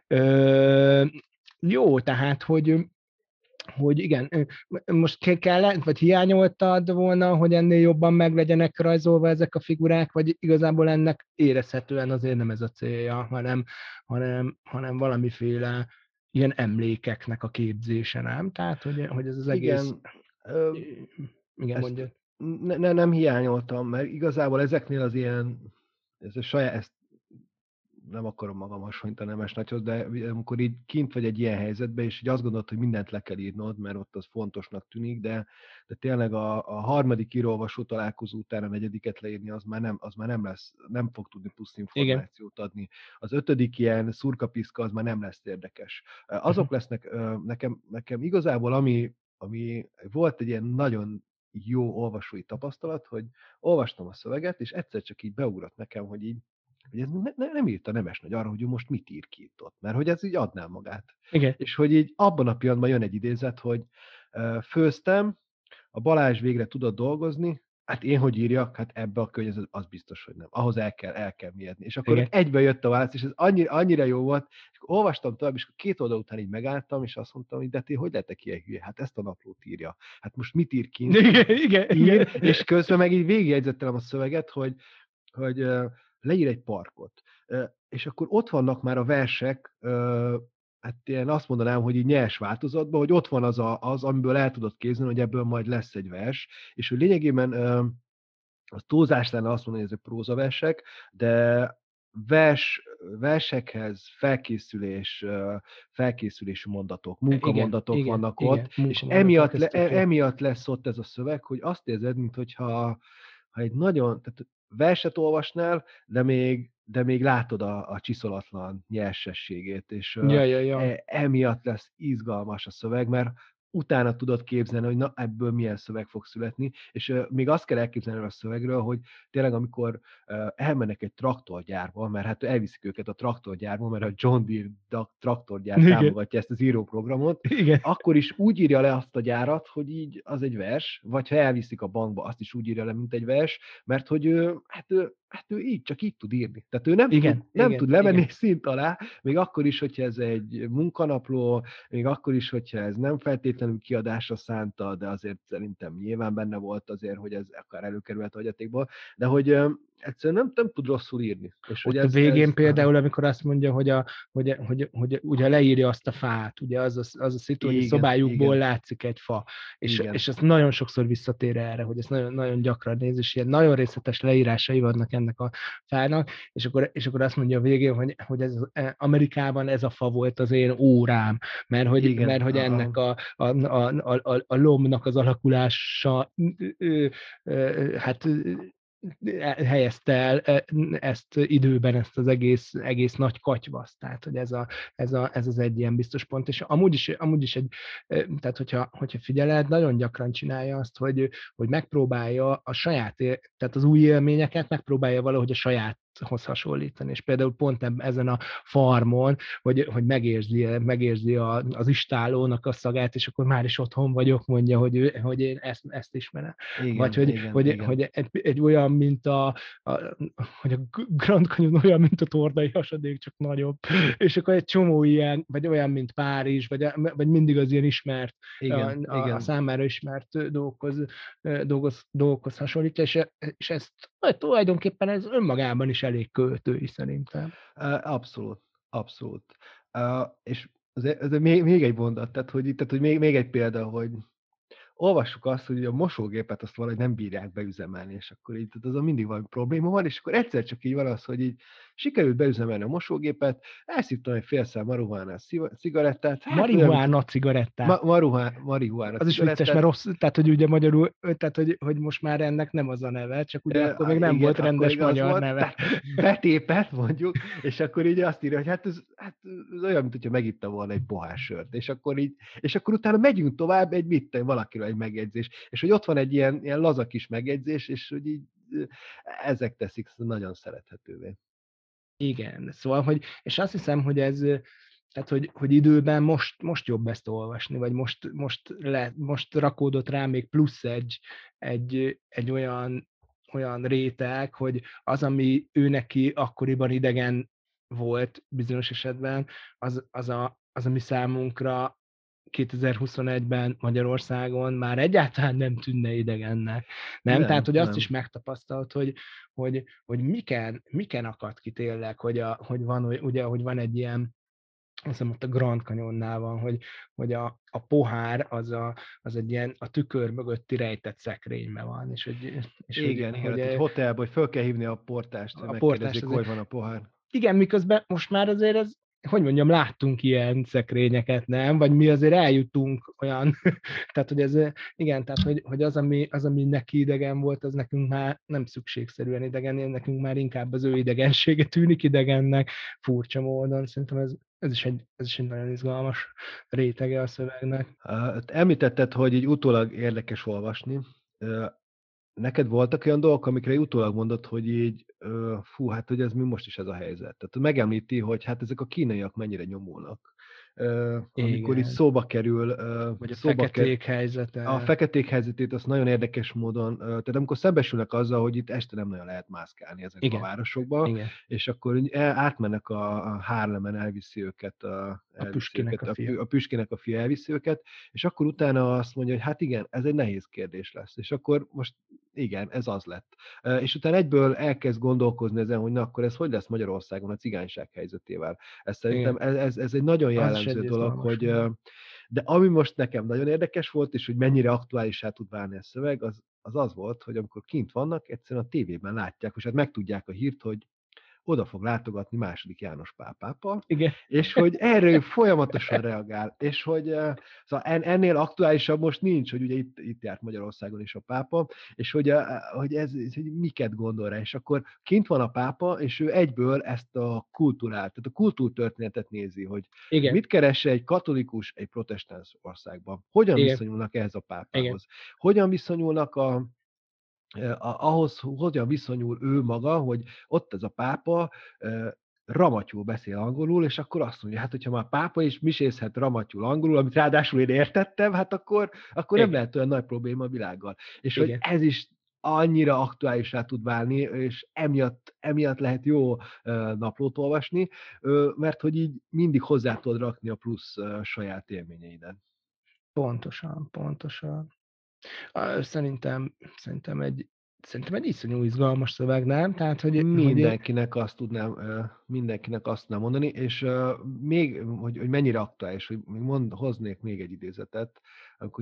Jó, tehát, hogy igen, most kellett, vagy hiányoltad volna, hogy ennél jobban meg legyenek rajzolva ezek a figurák, vagy igazából ennek érezhetően azért nem ez a célja, hanem valamiféle ilyen emlékeknek a képzése, nem? Tehát, hogy ez az egész... Igen, ezt mondja. nem hiányoltam, mert igazából ezeknél az ilyen, ezt nem akarom magam hasonlítani Nemes Nagyhoz, de amikor így kint vagy egy ilyen helyzetben, és így azt gondolod, hogy mindent le kell írnod, mert ott az fontosnak tűnik, de tényleg a harmadik írólvasó találkozó után a negyediket leírni, az már nem lesz, nem fog tudni plusz információt adni. Az ötödik ilyen szurkapiszka, az már nem lesz érdekes. Azok lesznek, nekem igazából, ami volt egy ilyen nagyon jó olvasói tapasztalat, hogy olvastam a szöveget, és egyszer csak így beugrott nekem, hogy ez nem írta Nemes Nagy arra, hogy ő most mit ír ki itt ott, mert hogy ez így adná magát. Igen. És hogy így abban a pillanatban jön egy idézet, hogy főztem, a Balázs végre tudott dolgozni, hát én hogy írjak, hát ebbe a környezet az biztos, hogy nem. Ahhoz el kell mélyedni. És akkor egyben jött a válasz, és ez annyira jó volt, és olvastam tovább, és 2 oldal után így megálltam, és azt mondtam, hogy de ti hogy lettek ilyen hülye? Hát ezt a naplót írja. Hát most mit ír kint? Igen. És közben meg így végigjegyzettelem a szöveget, hogy leír egy parkot. És akkor ott vannak már a versek, hát én azt mondanám, hogy így nyers változatban, hogy ott van az, amiből el tudod képzelni, hogy ebből majd lesz egy vers, és hogy lényegében az túlzás lenne azt mondani, hogy ezek prózaversek, de versekhez felkészülési mondatok, munkamondatok vannak ott, és emiatt lesz ott ez a szöveg, hogy azt érzed, mintha egy nagyon, tehát verset olvasnál, de még látod a csiszolatlan nyersességét, és Ja. emiatt lesz izgalmas a szöveg, mert utána tudod képzelni, hogy na, ebből milyen szöveg fog születni, és még azt kell elképzelni a szövegről, hogy tényleg amikor elmennek egy traktorgyárba, mert hát elviszik őket a traktorgyárba, mert a John Deere traktorgyár Igen, támogatja ezt az íróprogramot, igen, akkor is úgy írja le azt a gyárat, hogy így az egy vers, vagy ha elviszik a bankba, azt is úgy írja le, mint egy vers, mert hogy ő így, csak így tud írni. Tehát ő igen, nem igen, tud lemenni igen, szint alá, még akkor is, hogyha ez egy munkanapló, még akkor is, hogyha ez nem feltétlenül kiadásra szánta, de azért szerintem nyilván benne volt azért, hogy ez akár előkerült a hagyatékból, de hogy egyszerűen nem tud rosszul írni. És hogy ott a végén aha. például, amikor azt mondja, hogy ugye leírja azt a fát, ugye az a szitu, hogy a Igen, szobájukból igen, látszik egy fa, igen. és ez nagyon sokszor visszatér erre, hogy ezt nagyon, nagyon gyakran néz, és ilyen nagyon részletes leírásai vannak ennek a fának, és akkor azt mondja a végén, hogy ez Amerikában ez a fa volt az én órám, Igen, mert hogy ennek a lombnak az alakulása hát helyezte el ezt időben, ezt az egész nagy katyvaszt. Tehát, hogy ez az egy ilyen biztos pont. És amúgy is egy, tehát hogyha figyeled, nagyon gyakran csinálja azt, hogy megpróbálja a saját, tehát az új élményeket megpróbálja valahogy a sajáthoz hasonlítani. És például pont ezen a farmon, hogy megérzi az istálónak a szagát, és akkor már is otthon vagyok, mondja, hogy én ezt ismerem. Vagy igen, igen, igen. hogy egy olyan, mint hogy a Grand Canyon olyan, mint a Tordai hasadék, csak nagyobb. És akkor egy csomó ilyen, vagy olyan, mint Párizs, vagy mindig az ilyen ismert, Igen, a igen. számára ismert dolgokhoz hasonlítja, és ez tulajdonképpen ez önmagában is elég költői szerintem. Abszolút, abszolút. És ez még egy mondat, tehát, hogy még egy példa, hogy olvassuk azt, hogy a mosógépet azt valahogy nem bírják beüzemelni, és akkor így tehát azon mindig valami probléma van, és akkor egyszer csak így van az, hogy így sikerült beüzemelni a mosógépet, elszívtam egy fél szál marihuánás cigarettát, hát olyan, mint Marihuána cigarettát. marihuána Az is vicces, mert cigarettát, rossz, tehát hogy ugye magyarul, tehát hogy most már ennek nem az a neve, csak ugye akkor még nem igen, volt akkor rendes igaz magyar volt, neve. tehát betépet mondjuk, és akkor így azt írja, hogy ez olyan, mint hogyha megitta volna egy pohár sört, és akkor utána megyünk tovább valakiről egy megjegyzés, és hogy ott van egy ilyen laza kis megjegyzés, és hogy így ezek teszik nagyon szerethetővé. Igen, szóval, és azt hiszem, hogy ez, tehát, hogy időben most jobb ezt olvasni, vagy most rakódott rá még plusz egy olyan réteg, hogy az, ami ő neki akkoriban idegen volt bizonyos esetben, az ami számunkra 2021-ben Magyarországon már egyáltalán nem tűnne idegennek. Nem? Tehát, Nem, hogy azt is nem. megtapasztalt, hogy miken akad ki tényleg, hogy van, ugye, hogy van egy ilyen, azt hiszem ott a Grand Canyonnál van, hogy a pohár az egy ilyen a tükör mögötti rejtett szekrényben van, Igen, igen, hát egy hotelba, hogy föl kell hívni a portást, hogy a portás megkérdezzék, azért, hol van a pohár. igen, miközben most már azért ez, hogy mondjam, láttunk ilyen szekrényeket, nem? Vagy mi azért eljutunk olyan, tehát hogy ez, igen, tehát hogy az, ami neki idegen volt, az nekünk már nem szükségszerűen idegen, nekünk már inkább az ő idegensége tűnik idegennek, furcsa módon. Szerintem ez is egy nagyon izgalmas rétege a szövegnek. Említetted, hogy így utólag érdekes olvasni. Neked voltak olyan dolgok, amikre utólag mondod, hogy így, fú, hát hogy ez mi most is ez a helyzet. Tehát megemlíti, hogy hát ezek a kínaiak mennyire nyomulnak. Amikor itt Igen. szóba kerül, Vagy a feketék a helyzete. feketék helyzetét, azt nagyon érdekes módon, tehát amikor szembesülnek azzal, hogy itt este nem nagyon lehet mászkálni ezekbe a Igen. városokba, Igen. és akkor átmennek a Harlemen, elviszi őket, A Püskinek a fia. a Püskinek a fia elviszi őket, és akkor utána azt mondja, hogy hát igen, ez egy nehéz kérdés lesz. És akkor most igen, ez az lett. És utána egyből elkezd gondolkozni ezen, hogy na akkor ez hogy lesz Magyarországon a cigányság helyzetével. Ez szerintem Igen. ez egy nagyon Az is egy jellemző dolog, izgalmas. hogy de ami most nekem nagyon érdekes volt, és hogy mennyire aktuálisá tud válni a szöveg, az volt, hogy amikor kint vannak, egyszerűen a tévében látják, és hát megtudják a hírt, hogy oda fog látogatni második János Pál pápa, Igen. és hogy erre ő folyamatosan reagál, és hogy szóval ennél aktuálisabb most nincs, hogy ugye itt járt Magyarországon is a pápa, és hogy hogy miket gondol rá, és akkor kint van a pápa, és ő egyből ezt a kultúrát, tehát a kultúrtörténetet nézi, hogy Igen. mit keres egy katolikus egy protestáns országban, hogyan Igen. viszonyulnak ehhez a Igen. pápához, hogyan viszonyulnak ahhoz, hogyan viszonyul ő maga, hogy ott ez a pápa ramatyul beszél angolul, és akkor azt mondja, hát hogyha már pápa is misézhet ramatyul angolul, amit ráadásul én értettem, hát akkor nem Igen. lehet olyan nagy probléma a világgal. És hogy Igen. ez is annyira aktuálisá tud válni, és emiatt lehet jó naplót olvasni, mert hogy így mindig hozzá tudod rakni a plusz saját élményeidet. Pontosan, pontosan. Szerintem egy iszonyú izgalmas szöveg, nem? Tehát, hogy Mindenkinek azt tudnám mondani, és még, hogy mennyire aktuális, hogy még hoznék még egy idézetet, amikor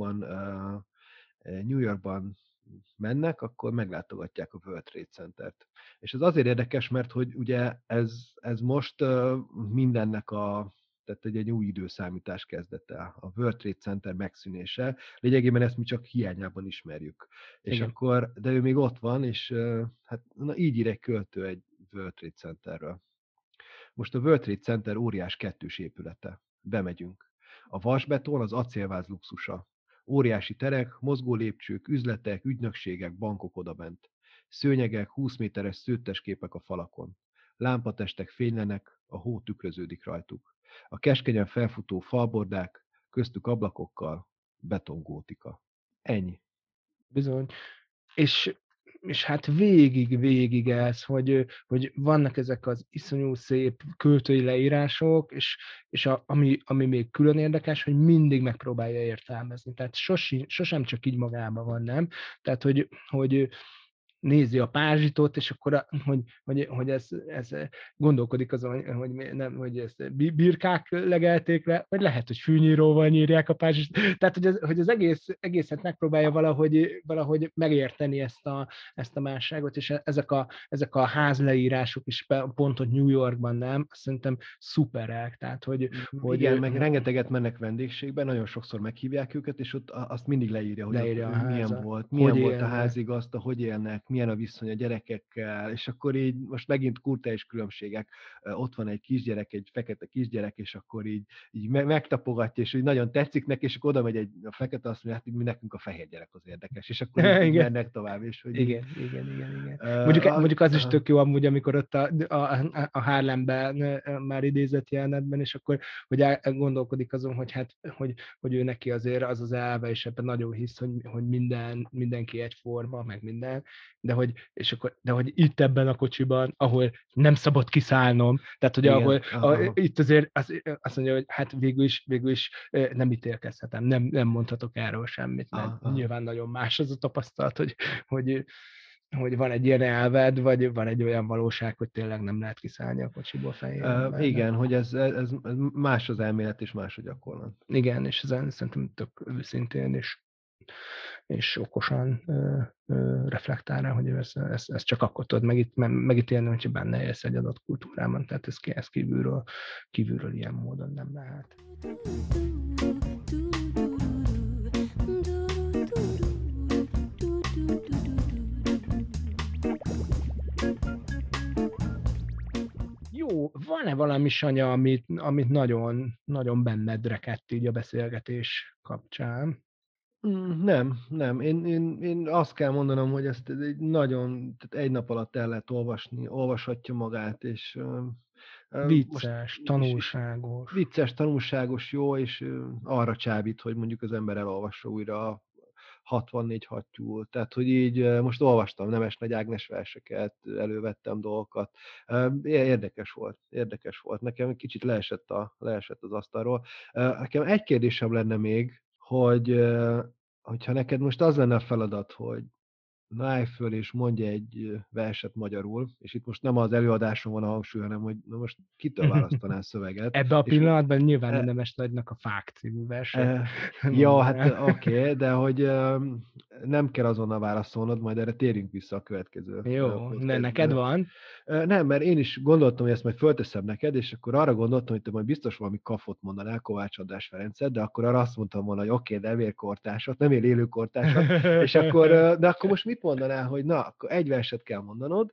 New Yorkban mennek, akkor meglátogatják a World Trade Centert. És ez azért érdekes, mert hogy ugye ez most mindennek tehát egy új időszámítás kezdete, a World Trade Center megszűnése. Lényegében ezt mi csak hiányában ismerjük. És igen. akkor, de ő még ott van, és hát na, így ír egy költő egy World Trade Centerről. Most a World Trade Center óriás kettős épülete. Bemegyünk. A vasbeton az acélváz luxusa. Óriási terek, mozgó lépcsők, üzletek, ügynökségek, bankok odabent. Szőnyegek, 20 méteres szőttes képek a falakon. Lámpatestek fénylenek, a hó tükröződik rajtuk. A keskenyen felfutó falbordák, köztük ablakokkal, betongótika. Ennyi. Bizony. És, és hát végig ez, hogy vannak ezek az iszonyú szép költői leírások, és ami még külön érdekes, hogy mindig megpróbálja értelmezni. Tehát sosem csak így magában van, nem? Tehát, hogy nézi a pázsitot, és akkor hogy ez gondolkodik azon, hogy ezt birkák legelték le, vagy lehet, hogy fűnyíróval nyírják a pázsit. Tehát, hogy az egészet megpróbálja valahogy megérteni ezt a másságot, és ezek a házleírások is pont ott New Yorkban, nem? Szerintem szuperek. Tehát, Igen, meg rengeteget mennek vendégségben, nagyon sokszor meghívják őket, és ott azt mindig leírja, hogy leírja ott a milyen hogy volt a élnek. házigazda, hogy élnek, milyen a viszony a gyerekekkel, és akkor így most megint kulturális különbségek, ott van egy kisgyerek, egy fekete kisgyerek, és akkor így megtapogatja, és így nagyon tetszik neki, és akkor oda megy a fekete, azt mondja, hát mi nekünk a fehér gyerek az érdekes, és akkor így mennek tovább, és hogy igen. Mondjuk az is tök jó amúgy, amikor ott a Harlemben már idézett jelenetben, és akkor hogy gondolkodik azon, hogy hát, hogy ő neki azért az az elve, és ebben nagyon hisz, hogy mindenki egyforma, meg minden, de hogy itt ebben a kocsiban, ahol nem szabad kiszállnom, tehát hogy igen, itt azért azt mondja, hogy hát végül is nem ítélkezhetem, nem mondhatok erről semmit, mert nyilván nagyon más az a tapasztalat, hogy van egy ilyen elved, vagy van egy olyan valóság, hogy tényleg nem lehet kiszállni a kocsiból fehér embernek. Igen, hogy ez más az elmélet és más a gyakorlat. Igen, és ezen szerintem tök őszintén és okosan reflektál rá, hogy ezt csak akkor tudod megítélni, hogyha benne élsz egy adott kultúrában, tehát ez kívülről ilyen módon nem lehet. Jó, van-e valami, Sanya, amit nagyon, nagyon benned rekedt így a beszélgetés kapcsán? Nem. Én azt kell mondanom, hogy ezt tehát egy nap alatt el lehet olvasni, olvashatja magát, és Vicces, tanulságos. Vicces, tanulságos, jó, és arra csábít, hogy mondjuk az ember elolvassa újra a 64 hattyút. Tehát, hogy így most olvastam Nemes Nagy Ágnes verseket, elővettem dolgokat. Érdekes volt. Nekem egy kicsit leesett az asztalról. Nekem egy kérdésem lenne még, hogyha neked most az lenne a feladat, hogy állj föl és mondj egy verset magyarul, és itt most nem az előadáson van a hangsúly, hanem hogy na most kitől választanál szöveget, Ebbe a és pillanatban nyilván a e, Nemes Nagynak a Fák című versét ja, hát mondanám. oké, de hogy nem kell azonnal válaszolnod, majd erre térjünk vissza a következő Jó, de neked podcastben. van? Nem, mert én is gondoltam, hogy ezt majd fölteszem neked, és akkor arra gondoltam, hogy te majd biztos valami kafot mondanál, Kovács András Ferencet, de akkor arra azt mondtam volna, hogy oké, de vérkortársat, nem él élőkortársat, és akkor, de akkor most mit mondanál, hogy na, akkor egy verset kell mondanod,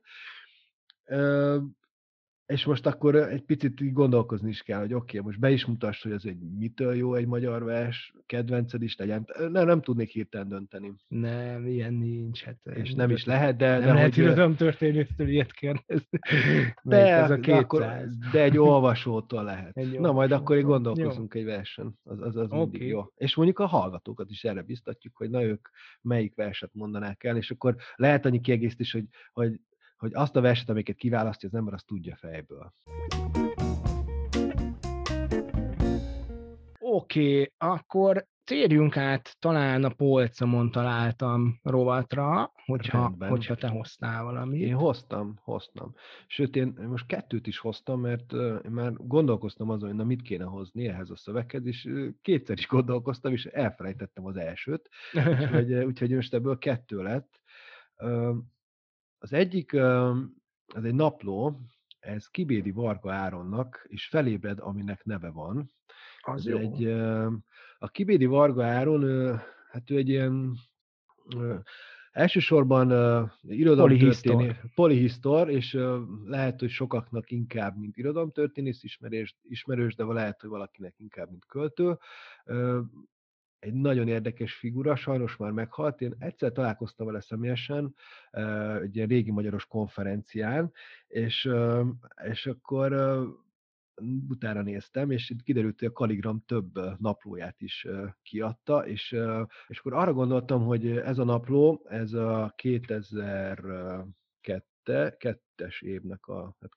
és most akkor egy picit így gondolkozni is kell, hogy oké, most be is mutass, hogy ez egy mitől jó egy magyar vers, kedvenced is legyen. Nem tudnék hirtelen dönteni, Nem, ilyen nincs. Hát, és nem is lehet, de nem lehet hogy irodalomtörténésztől ilyet kérdezni. Melyik az a akkor, 200? de egy olvasótól lehet. Egy Na, majd akkor így olvasótól. Jó, gondolkozunk egy versen. Az mindig oké. jó. És mondjuk a hallgatókat is erre biztatjuk, hogy na ők melyik verset mondanák el, és akkor lehet annyi kiegészítés, hogy azt a verset, amiket kiválasztja az ember, azt tudja fejből. Oké, akkor térjünk át talán a polcomon találtam rovatra, Rendben. hogyha te hoztál valamit. Én hoztam. Sőt, én most 2 is hoztam, mert én már gondolkoztam azon, hogy na mit kéne hozni ehhez a szöveghez, és kétszer is gondolkoztam, és elfelejtettem az elsőt, úgyhogy most ebből 2 lett. Az egyik, az egy napló, ez Kibédi Varga Áronnak, és Felébred, aminek neve van. Az Ez jó. a Kibédi Varga Áron, hát ő egy ilyen elsősorban irodalomtörténész, polihisztor, és lehet, hogy sokaknak inkább, mint irodalomtörténész ismerős, de lehet, hogy valakinek inkább, mint költő. Egy nagyon érdekes figura, sajnos már meghalt. Én egyszer találkoztam vele személyesen, egy ilyen régi magyaros konferencián, és akkor utána néztem, és itt kiderült, hogy a Kaligram több naplóját is kiadta, és akkor arra gondoltam, hogy ez a napló, ez a 2002-es évnek hát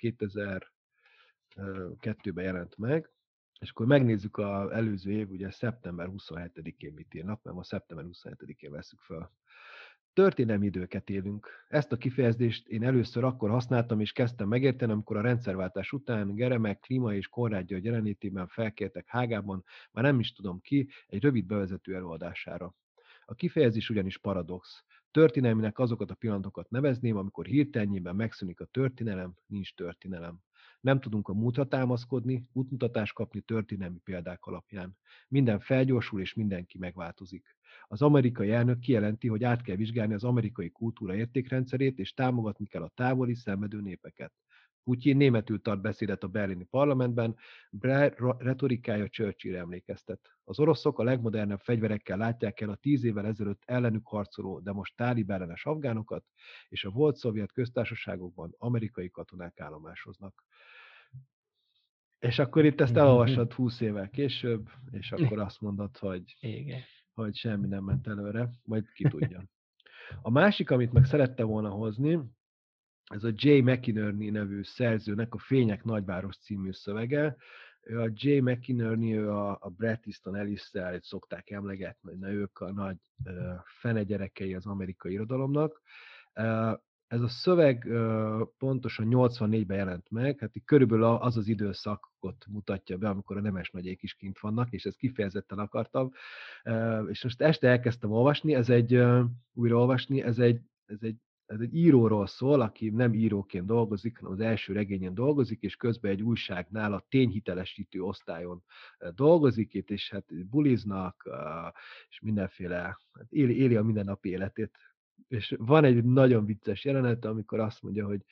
2002-ben jelent meg, és akkor megnézzük az előző év, ugye szeptember 27-én mit írnak, mert ma szeptember 27-én veszük fel. Történelmi időket élünk. Ezt a kifejezést én először akkor használtam, és kezdtem megérteni, amikor a rendszerváltás után Geremek, Klima és Konrád György jelenlétében felkértek Hágában, már nem is tudom ki, egy rövid bevezető előadására. A kifejezés ugyanis paradox. Történelminek azokat a pillanatokat nevezném, amikor hirtelenjében megszűnik a történelem, nincs történelem. Nem tudunk a múltra támaszkodni, útmutatást kapni történelmi példák alapján. Minden felgyorsul és mindenki megváltozik. Az amerikai elnök kijelenti, hogy át kell vizsgálni az amerikai kultúra értékrendszerét, és támogatni kell a távoli, szenvedő népeket. Putyin németül tart beszédet a berlini parlamentben, Blair retorikája Churchillre emlékeztet. Az oroszok a legmodernebb fegyverekkel látják el a 10 évvel ezelőtt ellenük harcoló, de most tálib ellenes afgánokat, és a volt szovjet köztársaságokban amerikai katonák állomásoznak. És akkor itt ezt elolvasod 20 évvel később, és akkor azt mondod, hogy Igen. hogy semmi nem ment előre, majd ki tudja. A másik, amit meg szerettem volna hozni, ez a J. McInerney nevű szerzőnek a Fények nagyváros című szövege. A J. McInerney, ő a Bret Easton Ellis-szel szokták emlegetni, hogy ők a nagy fenegyerekei az amerikai irodalomnak. Ez a szöveg pontosan 84-ben jelent meg, hát így körülbelül az az időszakot mutatja be, amikor a Nemes Nagyék is kint vannak, és ezt kifejezetten akartam. És most este elkezdtem olvasni, újraolvasni, ez egy íróról szól, aki nem íróként dolgozik, hanem az első regényen dolgozik, és közben egy újságnál a tényhitelesítő osztályon dolgozik, és hát buliznak, és mindenféle, hát éli a mindennapi életét. És van egy nagyon vicces jelenet, amikor azt mondja, hogy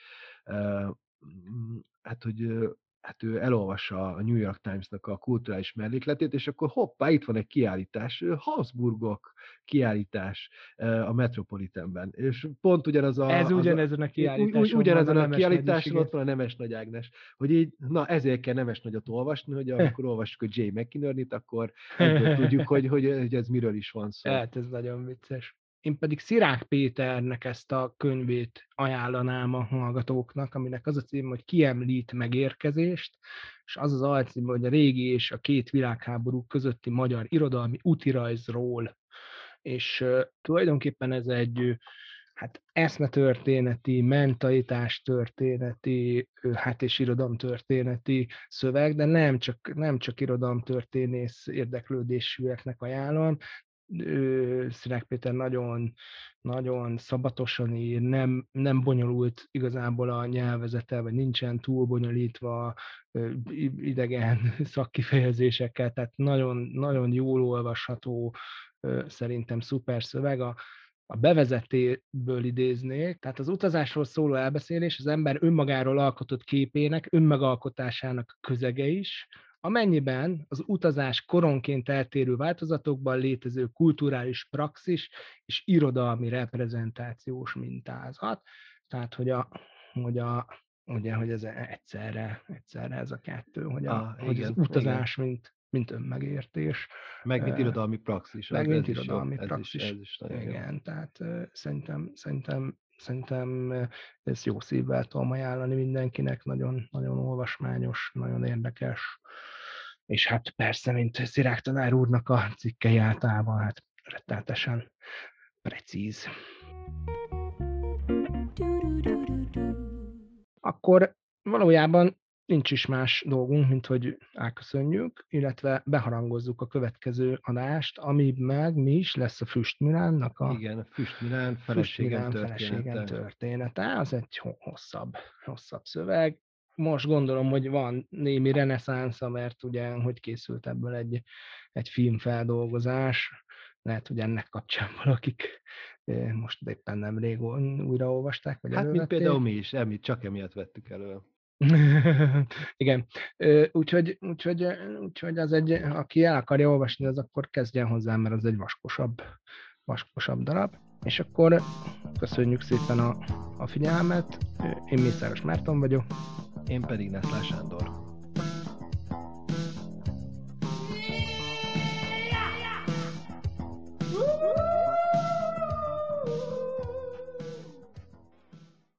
hát ő elolvassa a New York Times-nak a kulturális mellékletét, és akkor hoppá, itt van egy kiállítás, Habsburgok kiállítás a Metropolitanben. És pont Ugyanezen a kiállításon ugyanezen van a a Nemes kiállításon Nagy is, ott van a Nemes Nagy Ágnes. Hogy így, na ezért kell Nemes Nagyot olvasni, hogy amikor olvassuk a J. McInerney-t, akkor egyből tudjuk, hogy ez miről is van szó. Hát ez nagyon vicces. Én pedig Szirák Péternek ezt a könyvét ajánlanám a hallgatóknak, aminek az a cím, hogy Kiemlít megérkezést, és az az alcím, hogy a régi és a két világháború közötti magyar irodalmi útirajzról. És tulajdonképpen ez egy hát eszmetörténeti, mentalitás történeti, hát és irodalomtörténeti szöveg, de nem csak irodalomtörténész érdeklődésűeknek ajánlom. Szirák Péter nagyon, nagyon szabatosan ír, nem bonyolult igazából a nyelvezete, vagy nincsen túl bonyolítva idegen szakkifejezésekkel, tehát nagyon, nagyon jól olvasható, szerintem szuper szöveg. A bevezetéből idéznék, tehát az utazásról szóló elbeszélés az ember önmagáról alkotott képének, önmegalkotásának közege is, amennyiben az utazás koronként eltérő változatokban létező kulturális praxis és irodalmi reprezentációs mintázat. Tehát, hogy ez egyszerre ez a kettő, hogy az Igen, igen. utazás, mint önmegértés. Meg mint irodalmi praxis, Meg mint ez is jó, irodalmi ez praxis. is nagyon jó. Igen, tehát szerintem ezt jó szívvel tudom ajánlani mindenkinek, nagyon, nagyon olvasmányos, nagyon érdekes, és hát persze, mint Szirák tanár úrnak a cikkei általában, hát rettenetesen precíz. Akkor valójában nincs is más dolgunk, mint hogy elköszönjük, illetve beharangozzuk a következő adást, ami meg mi is lesz a Füstmilánnak a Igen, Füstmilán, Füstmilán feleségem története. Az egy hosszabb szöveg. Most gondolom, hogy van némi reneszánsza, mert ugye, hogy készült ebből egy filmfeldolgozás, lehet, hogy ennek kapcsán valakik most éppen nemrég újraolvasták, vagy Hát, mint elővették. például mi is, csak emiatt vettük elő. Igen. Úgyhogy az egy, aki el akarja olvasni, az akkor kezdjen hozzá, mert az egy vaskosabb darab. És akkor köszönjük szépen a figyelmet. Én Mészáros Márton vagyok. Én pedig Neszlás Sándor.